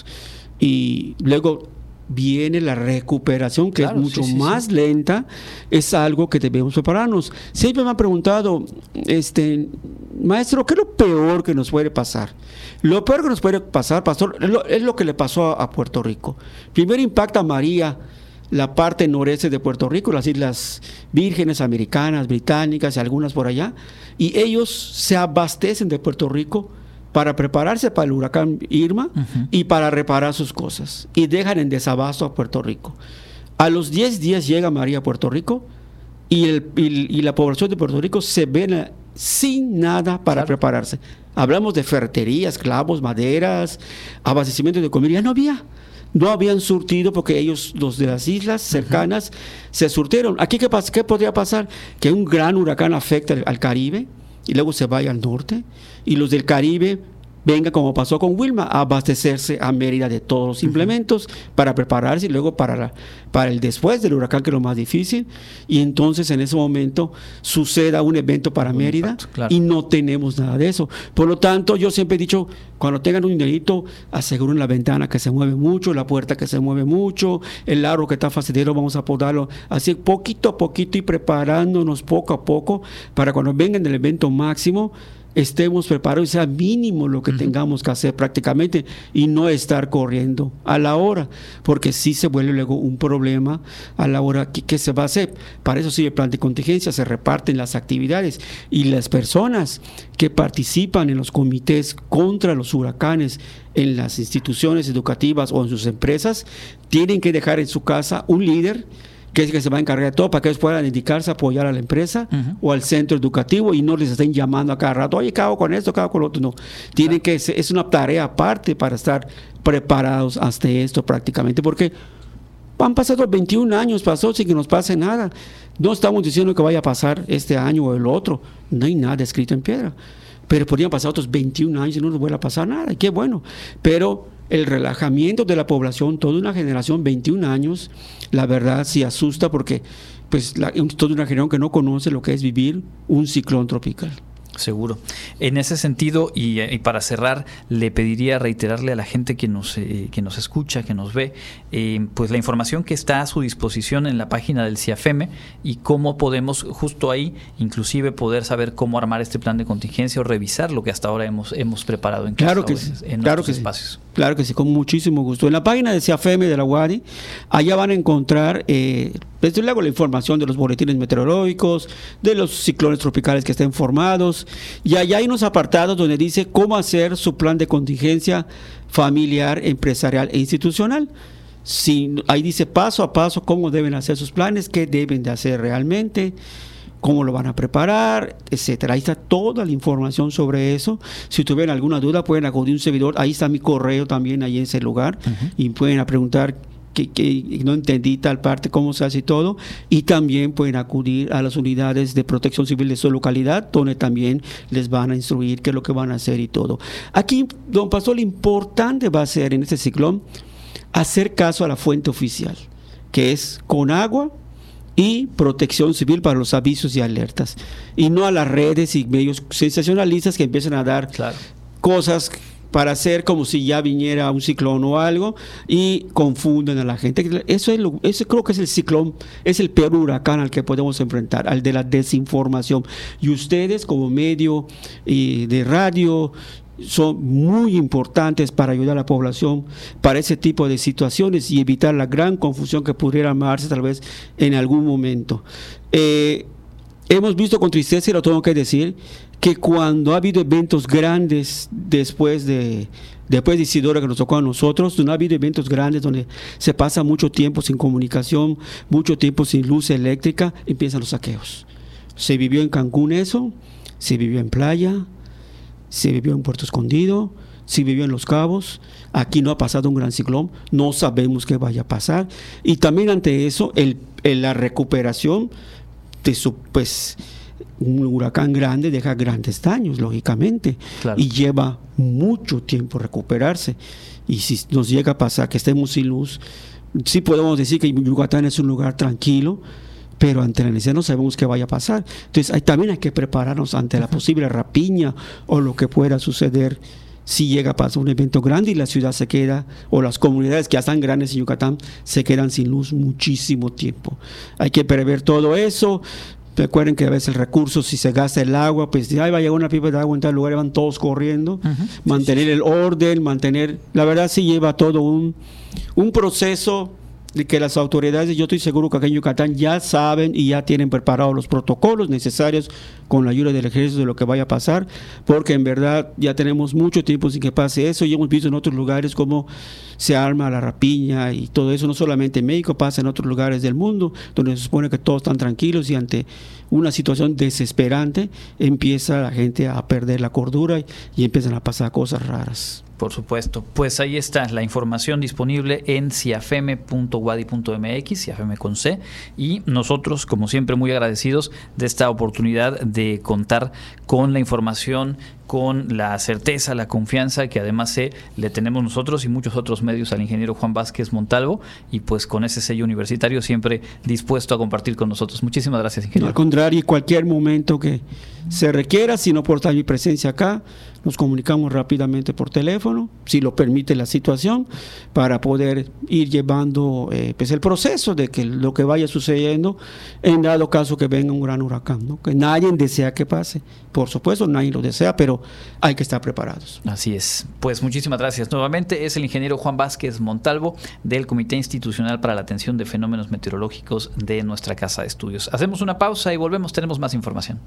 y luego viene la recuperación, que claro, es mucho sí, sí, más sí. lenta. Es algo que debemos prepararnos. Siempre me han preguntado, este, maestro, ¿qué es lo peor que nos puede pasar? Lo peor que nos puede pasar, pastor, es lo, es lo que le pasó a, a Puerto Rico. Primero impacta a María, la parte noreste de Puerto Rico, las Islas Vírgenes Americanas, Británicas y algunas por allá, y ellos se abastecen de Puerto Rico para prepararse para el huracán Irma uh-huh. y para reparar sus cosas, y dejan en desabasto a Puerto Rico. A los diez días llega María a Puerto Rico y, el, y, y la población de Puerto Rico se ven sin nada para claro. prepararse. Hablamos de ferreterías, clavos, maderas, abastecimiento de comida, ya no había. No habían surtido porque ellos, los de las islas cercanas, uh-huh. se surtieron. Aquí, ¿qué, ¿qué podría pasar? Que un gran huracán afecte al, al Caribe y luego se vaya al norte, y los del Caribe vengan, como pasó con Wilma, a abastecerse a Mérida de todos los implementos uh-huh. para prepararse, y luego para, la, para el después del huracán, que es lo más difícil, y entonces en ese momento suceda un evento para un Mérida impacto, claro. y no tenemos nada de eso. Por lo tanto, yo siempre he dicho, cuando tengan un dinerito, aseguren la ventana que se mueve mucho, la puerta que se mueve mucho, el aro que está fastidiado, vamos a podarlo así poquito a poquito y preparándonos poco a poco para cuando vengan del evento máximo estemos preparados y sea mínimo lo que uh-huh. tengamos que hacer prácticamente, y no estar corriendo a la hora, porque sí se vuelve luego un problema a la hora que, que se va a hacer. Para eso sí el plan de contingencia, se reparten las actividades, y las personas que participan en los comités contra los huracanes en las instituciones educativas o en sus empresas tienen que dejar en su casa un líder que es el que se va a encargar de todo, para que ellos puedan dedicarse a apoyar a la empresa uh-huh. o al centro educativo, y no les estén llamando a cada rato, oye, ¿qué hago con esto? ¿Qué hago con lo otro? No, tienen que, es una tarea aparte para estar preparados hasta esto prácticamente, porque Han pasado veintiún años, pasó sin que nos pase nada. No estamos diciendo que vaya a pasar este año o el otro. No hay nada escrito en piedra. Pero podrían pasar otros veintiún años y no nos vuelve a pasar nada. Y qué bueno. Pero el relajamiento de la población, toda una generación, veintiún años, la verdad sí asusta porque pues la, toda una generación que no conoce lo que es vivir un ciclón tropical. Seguro. En ese sentido, y, y para cerrar, le pediría reiterarle a la gente que nos, eh, que nos escucha, que nos ve, eh, pues la información que está a su disposición en la página del CIAFEME y cómo podemos justo ahí, inclusive poder saber cómo armar este plan de contingencia o revisar lo que hasta ahora hemos, hemos preparado en casa, claro que en, sí, en claro nuestros que espacios. Sí. Claro que sí, con muchísimo gusto. En la página del CIAFEME de la U A D Y, allá van a encontrar, eh, desde luego, la información de los boletines meteorológicos, de los ciclones tropicales que estén formados, y allá hay unos apartados donde dice cómo hacer su plan de contingencia familiar, empresarial e institucional. Si, ahí dice paso a paso cómo deben hacer sus planes, qué deben de hacer realmente, cómo lo van a preparar, etcétera. Ahí está toda la información sobre eso. Si tuvieran alguna duda, pueden acudir a un servidor. Ahí está mi correo también, ahí en ese lugar, uh-huh. y pueden preguntar que, que no entendí tal parte, cómo se hace y todo. Y también pueden acudir a las unidades de protección civil de su localidad, donde también les van a instruir qué es lo que van a hacer y todo. Aquí, don Pastor, lo importante va a ser en este ciclón hacer caso a la fuente oficial, que es Conagua y Protección Civil para los avisos y alertas, y no a las redes y medios sensacionalistas que empiezan a dar claro. cosas para hacer como si ya viniera un ciclón o algo y confunden a la gente. Eso es lo, eso creo que es el ciclón, es el peor huracán al que podemos enfrentar, al de la desinformación. Y ustedes como medio eh, de radio son muy importantes para ayudar a la población para ese tipo de situaciones y evitar la gran confusión que pudiera armarse tal vez en algún momento. Eh, hemos visto con tristeza, y lo tengo que decir, que cuando ha habido eventos grandes después de después de Isidora, que nos tocó a nosotros, no ha habido eventos grandes donde se pasa mucho tiempo sin comunicación, mucho tiempo sin luz eléctrica, empiezan los saqueos. Se vivió en Cancún eso, se vivió en Playa, se vivió en Puerto Escondido, se vivió en Los Cabos. Aquí no ha pasado un gran ciclón, no sabemos qué vaya a pasar. Y también ante eso, el, el, la recuperación de su, pues, un huracán grande deja grandes daños, lógicamente, claro. y lleva mucho tiempo recuperarse. Y si nos llega a pasar que estemos sin luz, sí podemos decir que Yucatán es un lugar tranquilo, pero ante la necesidad no sabemos qué vaya a pasar. Entonces hay, también hay que prepararnos ante la posible rapiña o lo que pueda suceder si llega a pasar un evento grande y la ciudad se queda, o las comunidades que ya están grandes en Yucatán se quedan sin luz muchísimo tiempo. Hay que prever todo eso. Recuerden que a veces el recurso, si se gasta el agua, pues ay, va a llegar una pipa de agua en tal lugar y van todos corriendo. Uh-huh. Mantener sí, sí. el orden, mantener, la verdad sí lleva todo un, un proceso de que las autoridades, yo estoy seguro que acá en Yucatán ya saben y ya tienen preparados los protocolos necesarios con la ayuda del ejército de lo que vaya a pasar, porque en verdad ya tenemos mucho tiempo sin que pase eso y hemos visto en otros lugares cómo se arma la rapiña y todo eso, no solamente en México, pasa en otros lugares del mundo donde se supone que todos están tranquilos y ante una situación desesperante empieza la gente a perder la cordura y, y empiezan a pasar cosas raras. Por supuesto. Pues ahí está la información disponible en ciafeme punto wadi punto m x, Ciafeme con C, y nosotros, como siempre, muy agradecidos de esta oportunidad de contar con la información, con la certeza, la confianza que además se le tenemos nosotros y muchos otros medios al ingeniero Juan Vázquez Montalvo, y pues con ese sello universitario siempre dispuesto a compartir con nosotros. Muchísimas gracias, ingeniero. Al contrario, cualquier momento que se requiera, si no por estar mi presencia acá, nos comunicamos rápidamente por teléfono, si lo permite la situación, para poder ir llevando eh, pues el proceso de que lo que vaya sucediendo en dado caso que venga un gran huracán, ¿no? Que nadie desea que pase, por supuesto, nadie lo desea, pero hay que estar preparados. Así es. Pues muchísimas gracias. Nuevamente es el ingeniero Juan Vázquez Montalvo del Comité Institucional para la Atención de Fenómenos Meteorológicos de nuestra Casa de Estudios. Hacemos una pausa y volvemos, tenemos más información.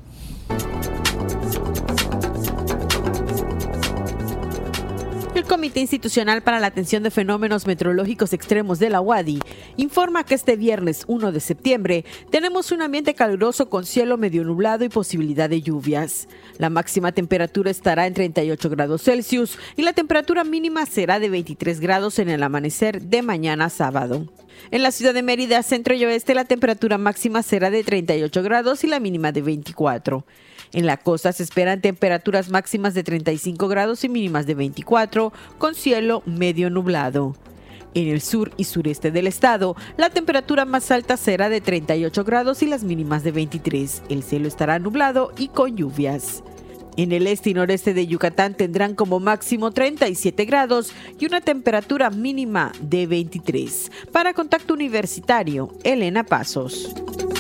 El Comité Institucional para la Atención de Fenómenos Meteorológicos Extremos de la U A D Y informa que este viernes uno de septiembre tenemos un ambiente caluroso con cielo medio nublado y posibilidad de lluvias. La máxima temperatura estará en treinta y ocho grados Celsius y la temperatura mínima será de veintitrés grados en el amanecer de mañana sábado. En la ciudad de Mérida, centro y oeste, la temperatura máxima será de treinta y ocho grados y la mínima de veinticuatro. En la costa se esperan temperaturas máximas de treinta y cinco grados y mínimas de veinticuatro, con cielo medio nublado. En el sur y sureste del estado, la temperatura más alta será de treinta y ocho grados y las mínimas de veintitrés. El cielo estará nublado y con lluvias. En el este y noreste de Yucatán tendrán como máximo treinta y siete grados y una temperatura mínima de veintitrés. Para Contacto Universitario, Elena Pasos.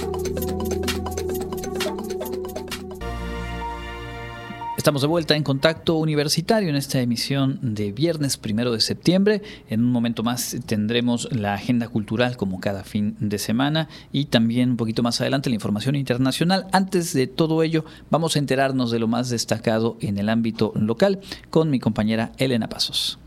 Estamos de vuelta en Contacto Universitario en esta emisión de viernes primero de septiembre. En un momento más tendremos la agenda cultural como cada fin de semana y también un poquito más adelante la información internacional. Antes de todo ello, vamos a enterarnos de lo más destacado en el ámbito local con mi compañera Elena Pasos.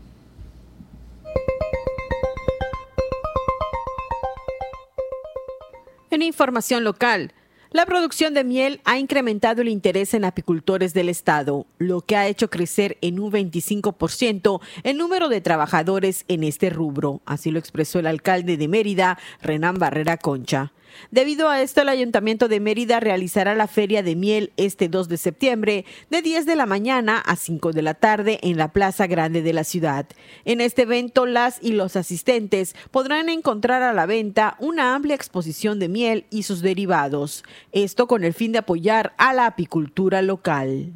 En información local, la producción de miel ha incrementado el interés en apicultores del estado, lo que ha hecho crecer en un veinticinco por ciento el número de trabajadores en este rubro. Así lo expresó el alcalde de Mérida, Renán Barrera Concha. Debido a esto, el Ayuntamiento de Mérida realizará la Feria de Miel este dos de septiembre de diez de la mañana a cinco de la tarde en la Plaza Grande de la ciudad. En este evento, las y los asistentes podrán encontrar a la venta una amplia exposición de miel y sus derivados. Esto con el fin de apoyar a la apicultura local.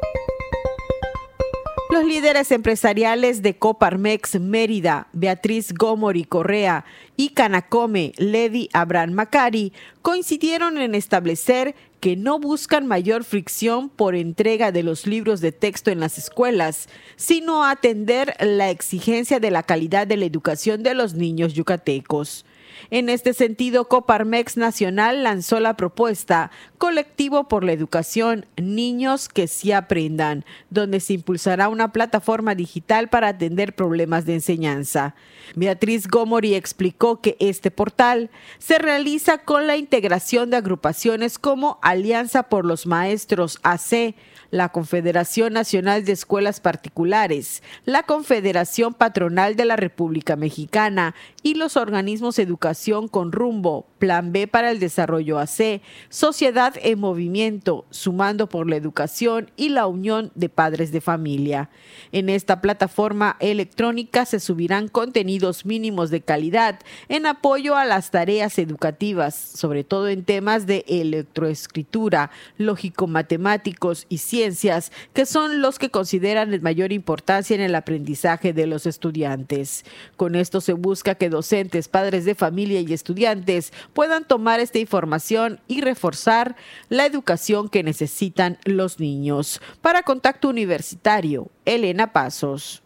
Los líderes empresariales de Coparmex Mérida, Beatriz Gómori Correa, y Canacome, Levi Abraham Macari, coincidieron en establecer que no buscan mayor fricción por entrega de los libros de texto en las escuelas, sino atender la exigencia de la calidad de la educación de los niños yucatecos. En este sentido, Coparmex Nacional lanzó la propuesta Colectivo por la Educación, Niños que sí aprendan, donde se impulsará una plataforma digital para atender problemas de enseñanza. Beatriz Gómori explicó que este portal se realiza con la integración de agrupaciones como Alianza por los Maestros A C, la Confederación Nacional de Escuelas Particulares, la Confederación Patronal de la República Mexicana y los organismos Educación con Rumbo, Plan B para el Desarrollo A C, Sociedad en Movimiento, Sumando por la Educación y la Unión de Padres de Familia. En esta plataforma electrónica se subirán contenidos mínimos de calidad en apoyo a las tareas educativas, sobre todo en temas de electroescritura, lógico-matemáticos y ciencias, que son los que consideran de mayor importancia en el aprendizaje de los estudiantes. Con esto se busca que docentes, padres de familia y estudiantes puedan tomar esta información y reforzar la educación que necesitan los niños. Para Contacto Universitario, Elena Pasos.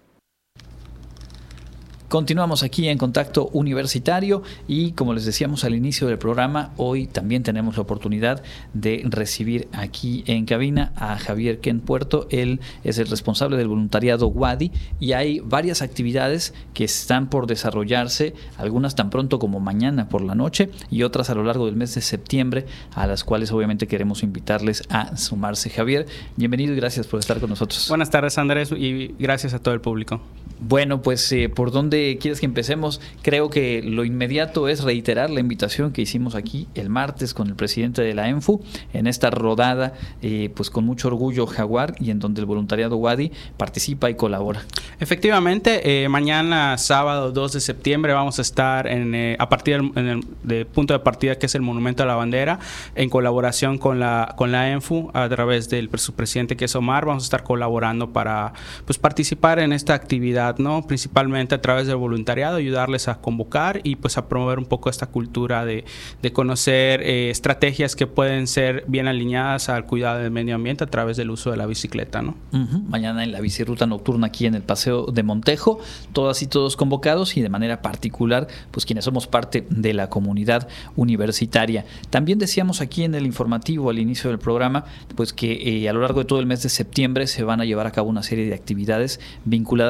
Continuamos aquí en Contacto Universitario y como les decíamos al inicio del programa, hoy también tenemos la oportunidad de recibir aquí en cabina a Javier Ken Puerto. Él es el responsable del voluntariado WADI y hay varias actividades que están por desarrollarse, algunas tan pronto como mañana por la noche y otras a lo largo del mes de septiembre, a las cuales obviamente queremos invitarles a sumarse. Javier, bienvenido y gracias por estar con nosotros. Buenas tardes, Andrés, y gracias a todo el público. Bueno, pues eh, ¿por dónde quieres que empecemos? Creo que lo inmediato es reiterar la invitación que hicimos aquí el martes con el presidente de la ENFU en esta rodada, eh, pues con mucho orgullo Jaguar, y en donde el voluntariado WADI participa y colabora. Efectivamente, eh, mañana sábado dos de septiembre vamos a estar en, eh, a partir del en el de punto de partida que es el Monumento a la Bandera, en colaboración con la con la ENFU a través del su presidente que es Omar. Vamos a estar colaborando para pues participar en esta actividad, ¿no? Principalmente a través del voluntariado, ayudarles a convocar y pues a promover un poco esta cultura de, de conocer eh, estrategias que pueden ser bien alineadas al cuidado del medio ambiente a través del uso de la bicicleta, ¿no? Uh-huh. Mañana en la biciruta nocturna aquí en el Paseo de Montejo, todas y todos convocados y de manera particular, pues quienes somos parte de la comunidad universitaria. También decíamos aquí en el informativo al inicio del programa, pues que eh, a lo largo de todo el mes de septiembre se van a llevar a cabo una serie de actividades vinculadas con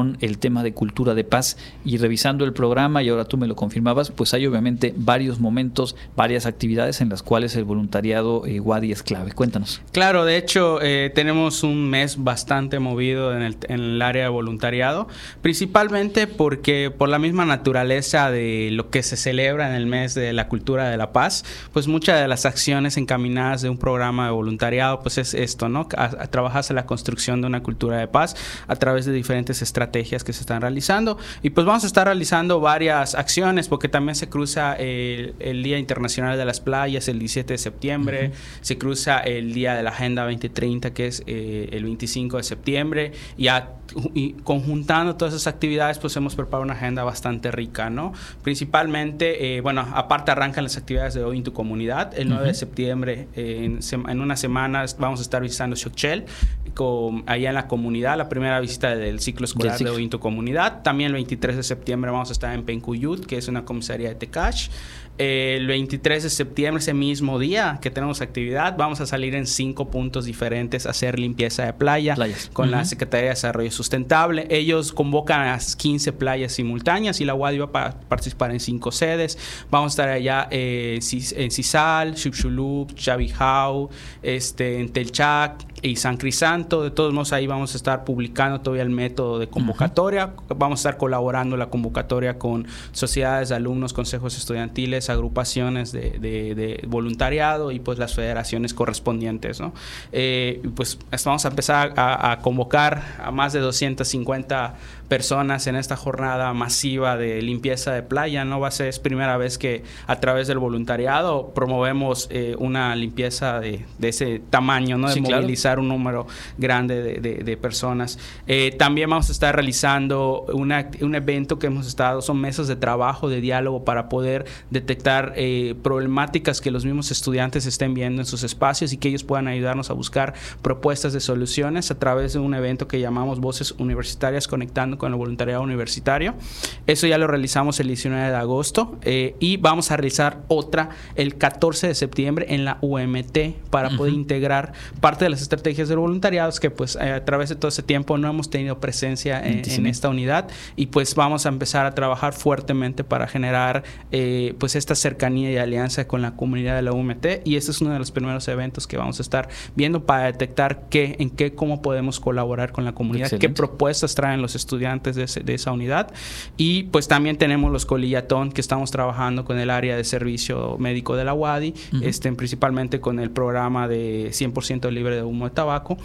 con el tema de cultura de paz. Y revisando el programa, y ahora tú me lo confirmabas, pues hay obviamente varios momentos, varias actividades en las cuales el voluntariado eh, Wadi es clave. Cuéntanos. Claro, de hecho eh, tenemos un mes bastante movido en el, en el área de voluntariado, principalmente porque por la misma naturaleza de lo que se celebra en el mes de la cultura de la paz, pues muchas de las acciones encaminadas de un programa de voluntariado pues es esto, ¿no? A, a trabajarse la construcción de una cultura de paz a través de diferentes estrategias que se están realizando, y pues vamos a estar realizando varias acciones porque también se cruza el, el Día Internacional de las Playas el diecisiete de septiembre, uh-huh. se cruza el Día de la Agenda veinte treinta que es eh, el veinticinco de septiembre, y, a, y conjuntando todas esas actividades pues hemos preparado una agenda bastante rica, ¿no? Principalmente, eh, bueno, aparte arrancan las actividades de Hoy en tu Comunidad, el nueve uh-huh. de septiembre, eh, en, sema, en unas semanas vamos a estar visitando Xochitl, con, allá en la comunidad, la primera visita del ciclo escolar de Hoy en tu Comunidad. También el veintitrés de septiembre vamos a estar en Pencuyut, que es una comisaría de Tecash. El veintitrés de septiembre, ese mismo día que tenemos actividad, vamos a salir en cinco puntos diferentes a hacer limpieza de playa Playas. con uh-huh. la Secretaría de Desarrollo Sustentable. Ellos convocan a las quince playas simultáneas y la Wadi va a participar en cinco sedes. Vamos a estar allá eh, en Cisal, Xixulub, Chavijao, este, en Telchac y San Crisanto. De todos modos, ahí vamos a estar publicando todavía el método de convocatoria. Uh-huh. Vamos a estar colaborando la convocatoria con sociedades de alumnos, consejos estudiantiles, agrupaciones de, de, de voluntariado y pues las federaciones correspondientes, ¿no? Eh, pues vamos a empezar a, a convocar a más de doscientas cincuenta personas en esta jornada masiva de limpieza de playa, ¿no? Va a ser es primera vez que a través del voluntariado promovemos eh, una limpieza de, de ese tamaño, ¿no? De sí, movilizar claro. un número grande de, de, de personas. Eh, también vamos a estar realizando una, un evento que hemos estado, son mesas de trabajo, de diálogo para poder detectar eh, problemáticas que los mismos estudiantes estén viendo en sus espacios y que ellos puedan ayudarnos a buscar propuestas de soluciones a través de un evento que llamamos Voces Universitarias Conectando con el Voluntariado Universitario. Eso ya lo realizamos el diecinueve de agosto eh, y vamos a realizar otra el catorce de septiembre en la U M T para uh-huh. poder integrar parte de las estrategias del voluntariado que pues eh, a través de todo ese tiempo no hemos tenido presencia en, en esta unidad, y pues vamos a empezar a trabajar fuertemente para generar eh, pues esta cercanía y alianza con la comunidad de la U M T, y este es uno de los primeros eventos que vamos a estar viendo para detectar qué, en qué, cómo podemos colaborar con la comunidad, excelente. Qué propuestas traen los estudiantes de, ese, de esa unidad. Y pues también tenemos los colillatón que estamos trabajando con el área de servicio médico de la Wadi, uh-huh. este, principalmente con el programa de cien por ciento libre de humo de tabaco.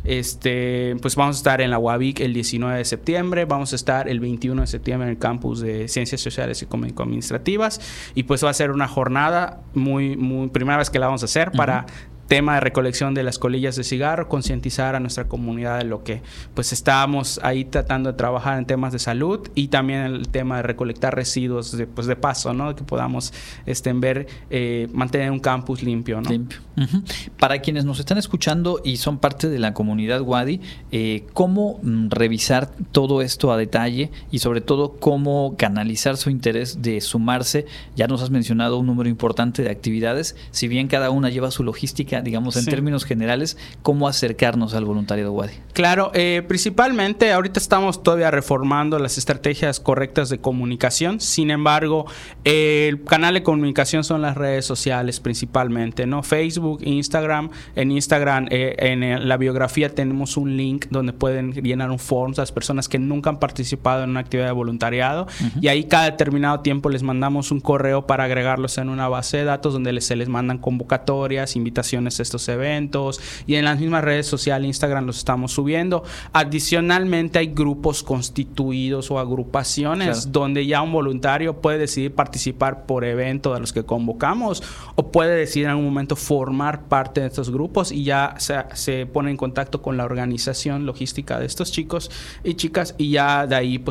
Este, pues vamos a estar en la UABIC el diecinueve de septiembre, vamos a estar el veintiuno de septiembre en el campus de Ciencias Sociales y Administrativas, y pues va a ser una jornada muy, muy primera vez que la vamos a hacer uh-huh. para tema de recolección de las colillas de cigarro, concientizar a nuestra comunidad de lo que pues estábamos ahí tratando de trabajar en temas de salud, y también el tema de recolectar residuos de, pues de paso, ¿no? Que podamos este, ver, eh, mantener un campus limpio, ¿no? Limpio. Uh-huh. Para quienes nos están escuchando y son parte de la comunidad Wadi, eh, ¿cómo mm, revisar todo esto a detalle y sobre todo cómo canalizar su interés de sumarse? Ya nos has mencionado un número importante de actividades, si bien cada una lleva su logística, digamos en sí. términos generales, ¿cómo acercarnos al voluntariado Wadi? Claro, eh, principalmente ahorita estamos todavía reformando las estrategias correctas de comunicación. Sin embargo, eh, el canal de comunicación son las redes sociales principalmente, ¿no? Facebook, Instagram. En Instagram, eh, en el, la biografía tenemos un link donde pueden llenar un form las personas que nunca han participado en una actividad de voluntariado, uh-huh. y ahí cada determinado tiempo les mandamos un correo para agregarlos en una base de datos donde les, se les mandan convocatorias, invitaciones a estos eventos, y en las mismas redes sociales, Instagram, los estamos subiendo. Adicionalmente hay grupos constituidos o agrupaciones claro. donde ya un voluntario puede decidir participar por evento de los que convocamos, o puede decidir en algún momento formar parte de estos grupos, y ya se, se pone en contacto con la organización logística de estos chicos y chicas, y ya de ahí pues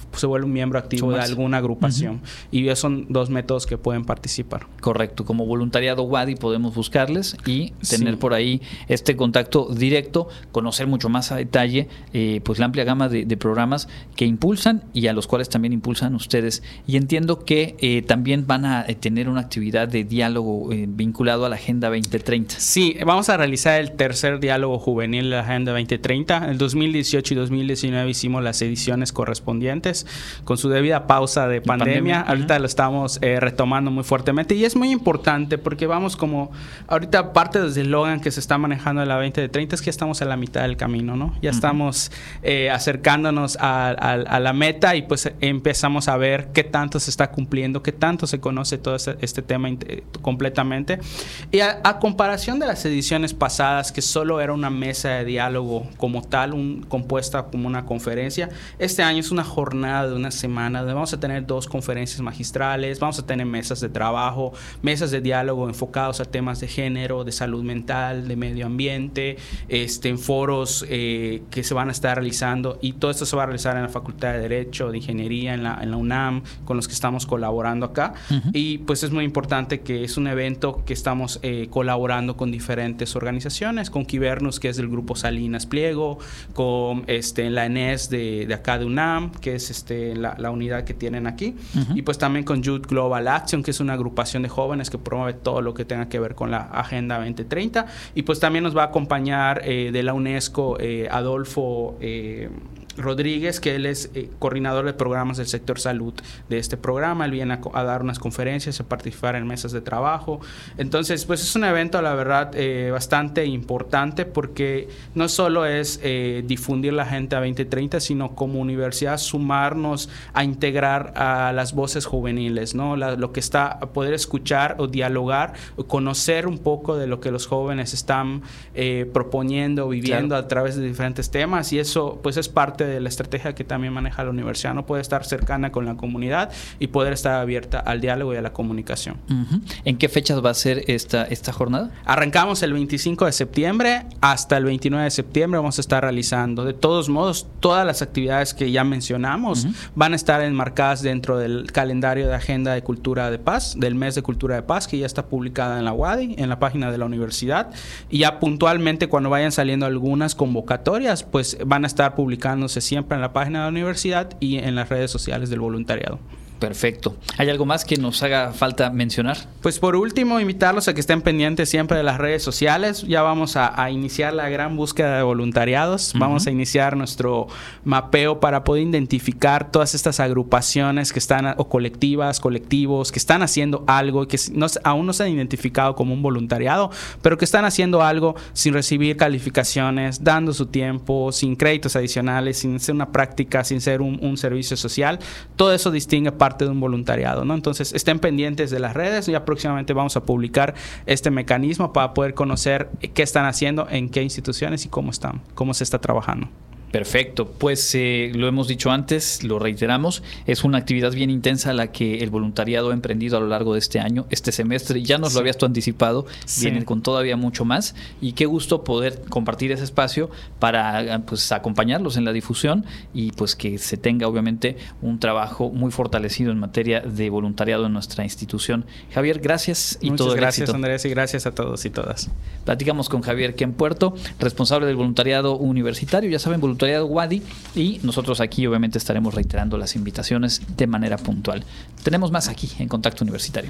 se vuelve un miembro activo de alguna agrupación. Uh-huh. Y esos son dos métodos que pueden participar. Correcto, como voluntariado WADI podemos buscarles y tener sí. por ahí este contacto directo, conocer mucho más a detalle eh, pues la amplia gama de, de programas que impulsan y a los cuales también impulsan ustedes. Y entiendo que eh, también van a tener una actividad de diálogo eh, vinculado a la Agenda veinte treinta. Sí, vamos a realizar el tercer diálogo juvenil de la Agenda veinte treinta. En el dos mil dieciocho y dos mil diecinueve hicimos las ediciones correspondientes con su debida pausa de pandemia. pandemia. Ahorita uh-huh. lo estamos eh, retomando muy fuertemente y es muy importante porque vamos como, ahorita parte del eslogan que se está manejando en la veinte treinta es que estamos a la mitad del camino, ¿no? Ya uh-huh. estamos eh, acercándonos a, a, a la meta y pues empezamos a ver qué tanto se está cumpliendo, qué tanto se conoce todo este, este tema eh, completamente. Y a, a comparación de las ediciones pasadas, que solo era una mesa de diálogo como tal, un, compuesta como una conferencia, este año es una jornada de una semana donde vamos a tener dos conferencias magistrales, vamos a tener mesas de trabajo, mesas de diálogo enfocados a temas de género, de salud mental, de medio ambiente, este, en foros eh, que se van a estar realizando, y todo esto se va a realizar en la Facultad de Derecho, de Ingeniería, en la, en la UNAM, con los que estamos colaborando acá. Uh-huh. Y pues es muy importante que es un evento que estamos eh, colaborando con diferentes organizaciones, con Kibernus, que es del grupo Salinas Pliego, con este, la E N E S de, de acá de UNAM, que es este, la, la unidad que tienen aquí, uh-huh. y pues también con Youth Global Action, que es una agrupación de jóvenes que promueve todo lo que tenga que ver con la Agenda veinte treinta, y pues también nos va a acompañar eh, de la UNESCO eh, Adolfo eh, Rodríguez, que él es eh, coordinador de programas del sector salud de este programa. Él viene a, a dar unas conferencias, a participar en mesas de trabajo. Entonces, pues es un evento, la verdad, eh, bastante importante, porque no solo es eh, difundir la Agenda veinte treinta, sino como universidad sumarnos a integrar a las voces juveniles, ¿no? La, lo que está, a poder escuchar o dialogar, o conocer un poco de lo que los jóvenes están eh, proponiendo, viviendo, claro, a través de diferentes temas, y eso pues es parte de la estrategia que también maneja la universidad, no puede estar cercana con la comunidad y poder estar abierta al diálogo y a la comunicación. Uh-huh. ¿En qué fechas va a ser esta, esta jornada? Arrancamos el veinticinco de septiembre hasta el veintinueve de septiembre. Vamos a estar realizando, de todos modos, todas las actividades que ya mencionamos uh-huh. van a estar enmarcadas dentro del calendario de Agenda de Cultura de Paz, del mes de Cultura de Paz, que ya está publicada en la UADY, en la página de la universidad, y ya puntualmente cuando vayan saliendo algunas convocatorias, pues van a estar publicándose siempre en la página de la universidad y en las redes sociales del voluntariado. Perfecto. ¿Hay algo más que nos haga falta mencionar? Pues por último, invitarlos a que estén pendientes siempre de las redes sociales. Ya vamos a, a iniciar la gran búsqueda de voluntariados. Uh-huh. Vamos a iniciar nuestro mapeo para poder identificar todas estas agrupaciones que están, o colectivas, colectivos, que están haciendo algo y que no, aún no se han identificado como un voluntariado, pero que están haciendo algo sin recibir calificaciones, dando su tiempo, sin créditos adicionales, sin ser una práctica, sin ser un, un servicio social. Todo eso distingue parte de un voluntariado, ¿no? Entonces estén pendientes de las redes. Ya próximamente vamos a publicar este mecanismo para poder conocer qué están haciendo, en qué instituciones y cómo están, cómo se está trabajando. Perfecto, pues eh, lo hemos dicho antes, lo reiteramos, es una actividad bien intensa la que el voluntariado ha emprendido a lo largo de este año, este semestre, ya nos sí. lo habías tú anticipado, sí. vienen con todavía mucho más, y qué gusto poder compartir ese espacio para pues acompañarlos en la difusión y pues que se tenga obviamente un trabajo muy fortalecido en materia de voluntariado en nuestra institución. Javier, gracias y Muchas todo el gracias, éxito. Andrés, y gracias a todos y todas. Platicamos con Javier Quempuerto, responsable del voluntariado universitario, ya saben, voluntariado WADY, y nosotros aquí obviamente estaremos reiterando las invitaciones de manera puntual. Tenemos más aquí en Contacto Universitario.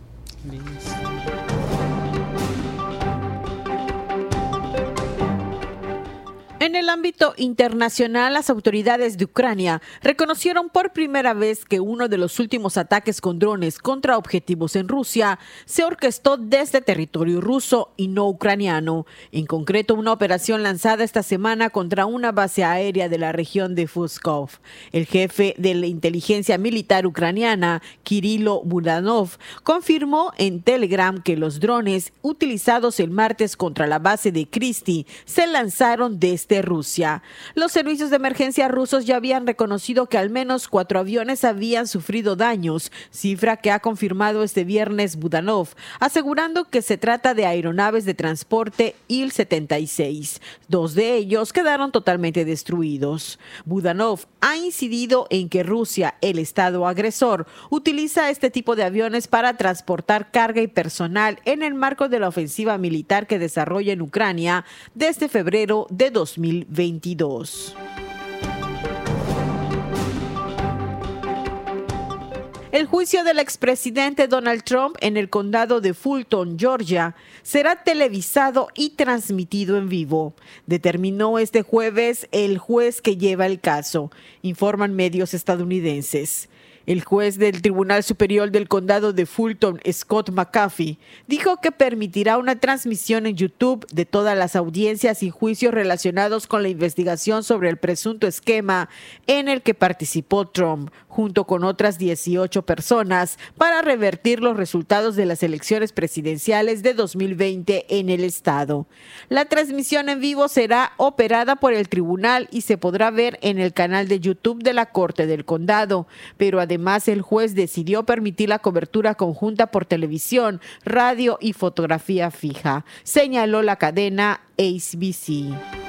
En el ámbito internacional, las autoridades de Ucrania reconocieron por primera vez que uno de los últimos ataques con drones contra objetivos en Rusia se orquestó desde territorio ruso y no ucraniano. En concreto, una operación lanzada esta semana contra una base aérea de la región de Pskov. El jefe de la inteligencia militar ucraniana, Kirilo Budanov, confirmó en Telegram que los drones utilizados el martes contra la base de Kristi se lanzaron desde Rusia. Los servicios de emergencia rusos ya habían reconocido que al menos cuatro aviones habían sufrido daños, cifra que ha confirmado este viernes Budanov, asegurando que se trata de aeronaves de transporte Il setenta y seis. Dos de ellos quedaron totalmente destruidos. Budanov ha incidido en que Rusia, el estado agresor, utiliza este tipo de aviones para transportar carga y personal en el marco de la ofensiva militar que desarrolla en Ucrania desde febrero de dos mil veintidós. El juicio del expresidente Donald Trump en el condado de Fulton, Georgia, será televisado y transmitido en vivo, determinó este jueves el juez que lleva el caso, informan medios estadounidenses. El juez del Tribunal Superior del Condado de Fulton, Scott McAfee, dijo que permitirá una transmisión en YouTube de todas las audiencias y juicios relacionados con la investigación sobre el presunto esquema en el que participó Trump, junto con otras dieciocho personas, para revertir los resultados de las elecciones presidenciales de dos mil veinte en el estado. La transmisión en vivo será operada por el tribunal y se podrá ver en el canal de YouTube de la Corte del Condado, pero además Además, el juez decidió permitir la cobertura conjunta por televisión, radio y fotografía fija, señaló la cadena A B C.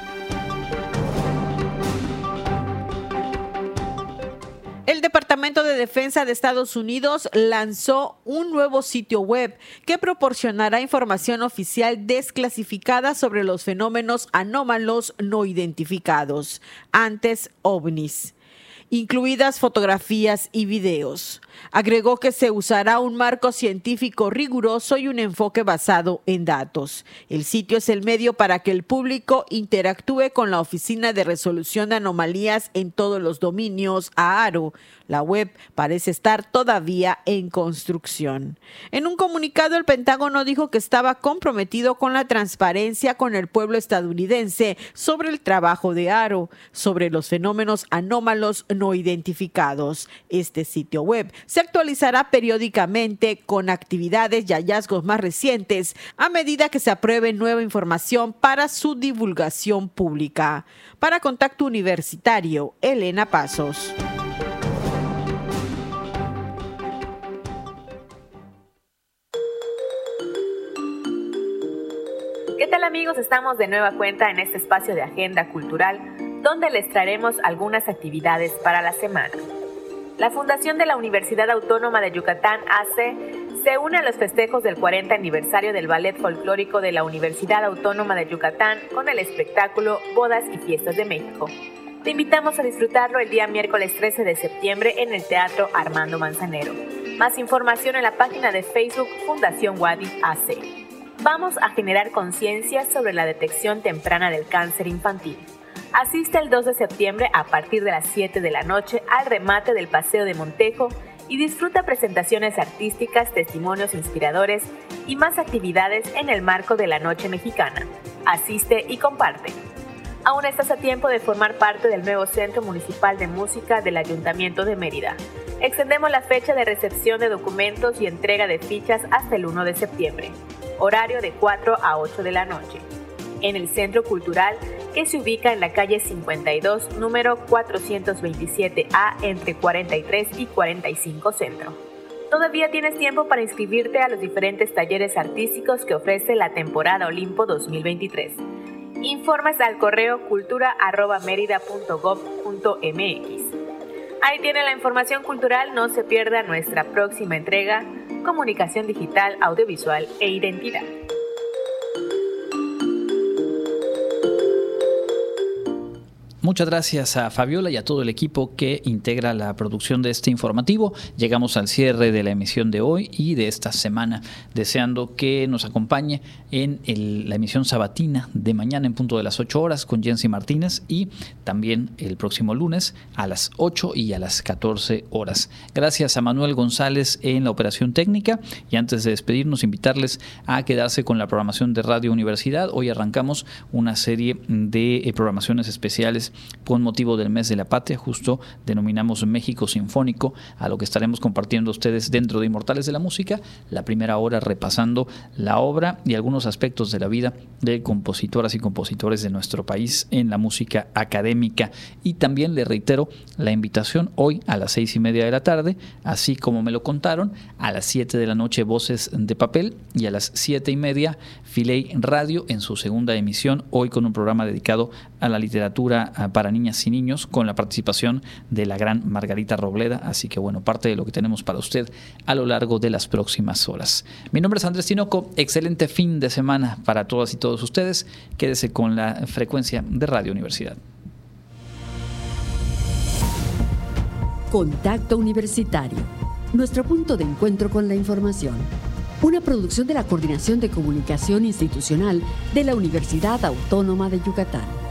El Departamento de Defensa de Estados Unidos lanzó un nuevo sitio web que proporcionará información oficial desclasificada sobre los fenómenos anómalos no identificados, antes ovnis, incluidas fotografías y videos. Agregó que se usará un marco científico riguroso y un enfoque basado en datos. El sitio es el medio para que el público interactúe con la Oficina de Resolución de Anomalías en todos los dominios, A A R O. La web parece estar todavía en construcción. En un comunicado, el Pentágono dijo que estaba comprometido con la transparencia con el pueblo estadounidense sobre el trabajo de A A R O, sobre los fenómenos anómalos no identificados. Este sitio web se actualizará periódicamente con actividades y hallazgos más recientes a medida que se apruebe nueva información para su divulgación pública. Para Contacto Universitario, Elena Pasos. ¿Qué tal, amigos? Estamos de nueva cuenta en este espacio de Agenda Cultural, donde les traeremos algunas actividades para la semana. La Fundación de la Universidad Autónoma de Yucatán, A C, se une a los festejos del cuarenta aniversario del Ballet Folclórico de la Universidad Autónoma de Yucatán con el espectáculo Bodas y Fiestas de México. Te invitamos a disfrutarlo el día miércoles trece de septiembre en el Teatro Armando Manzanero. Más información en la página de Facebook Fundación Wadi A C. Vamos a generar conciencia sobre la detección temprana del cáncer infantil. Asiste el dos de septiembre a partir de las siete de la noche al remate del Paseo de Montejo y disfruta presentaciones artísticas, testimonios inspiradores y más actividades en el marco de la Noche Mexicana. Asiste y comparte. Aún estás a tiempo de formar parte del nuevo Centro Municipal de Música del Ayuntamiento de Mérida. Extendemos la fecha de recepción de documentos y entrega de fichas hasta el uno de septiembre. Horario de cuatro a ocho de la noche. En el Centro Cultural, que se ubica en la calle cincuenta y dos, número cuatrocientos veintisiete A, entre cuarenta y tres y cuarenta y cinco Centro. Todavía tienes tiempo para inscribirte a los diferentes talleres artísticos que ofrece la temporada Olimpo dos mil veintitrés. Informes al correo cultura arroba merida punto gob punto mx. Ahí tiene la información cultural, no se pierda nuestra próxima entrega, Comunicación Digital, Audiovisual e Identidad. Muchas gracias a Fabiola y a todo el equipo que integra la producción de este informativo. Llegamos al cierre de la emisión de hoy y de esta semana, deseando que nos acompañe en el, la emisión sabatina de mañana en punto de las ocho horas con Jensi Martínez y también el próximo lunes a las ocho y a las catorce horas. Gracias a Manuel González en la operación técnica y antes de despedirnos, invitarles a quedarse con la programación de Radio Universidad. Hoy arrancamos una serie de eh, programaciones especiales con motivo del mes de la patria. Justo denominamos México Sinfónico a lo que estaremos compartiendo ustedes dentro de Inmortales de la Música, la primera hora repasando la obra y algunos aspectos de la vida de compositoras y compositores de nuestro país en la música académica. Y también le reitero la invitación hoy a las seis y media de la tarde, así como me lo contaron, a las siete de la noche Voces de Papel y a las siete y media Filey Radio en su segunda emisión, hoy con un programa dedicado a la literatura para niñas y niños con la participación de la gran Margarita Robleda. Así que bueno, parte de lo que tenemos para usted a lo largo de las próximas horas. Mi nombre es Andrés Tinoco, excelente fin de semana para todas y todos ustedes. Quédese con la frecuencia de Radio Universidad. Contacto Universitario, nuestro punto de encuentro con la información. Una producción de la Coordinación de Comunicación Institucional de la Universidad Autónoma de Yucatán.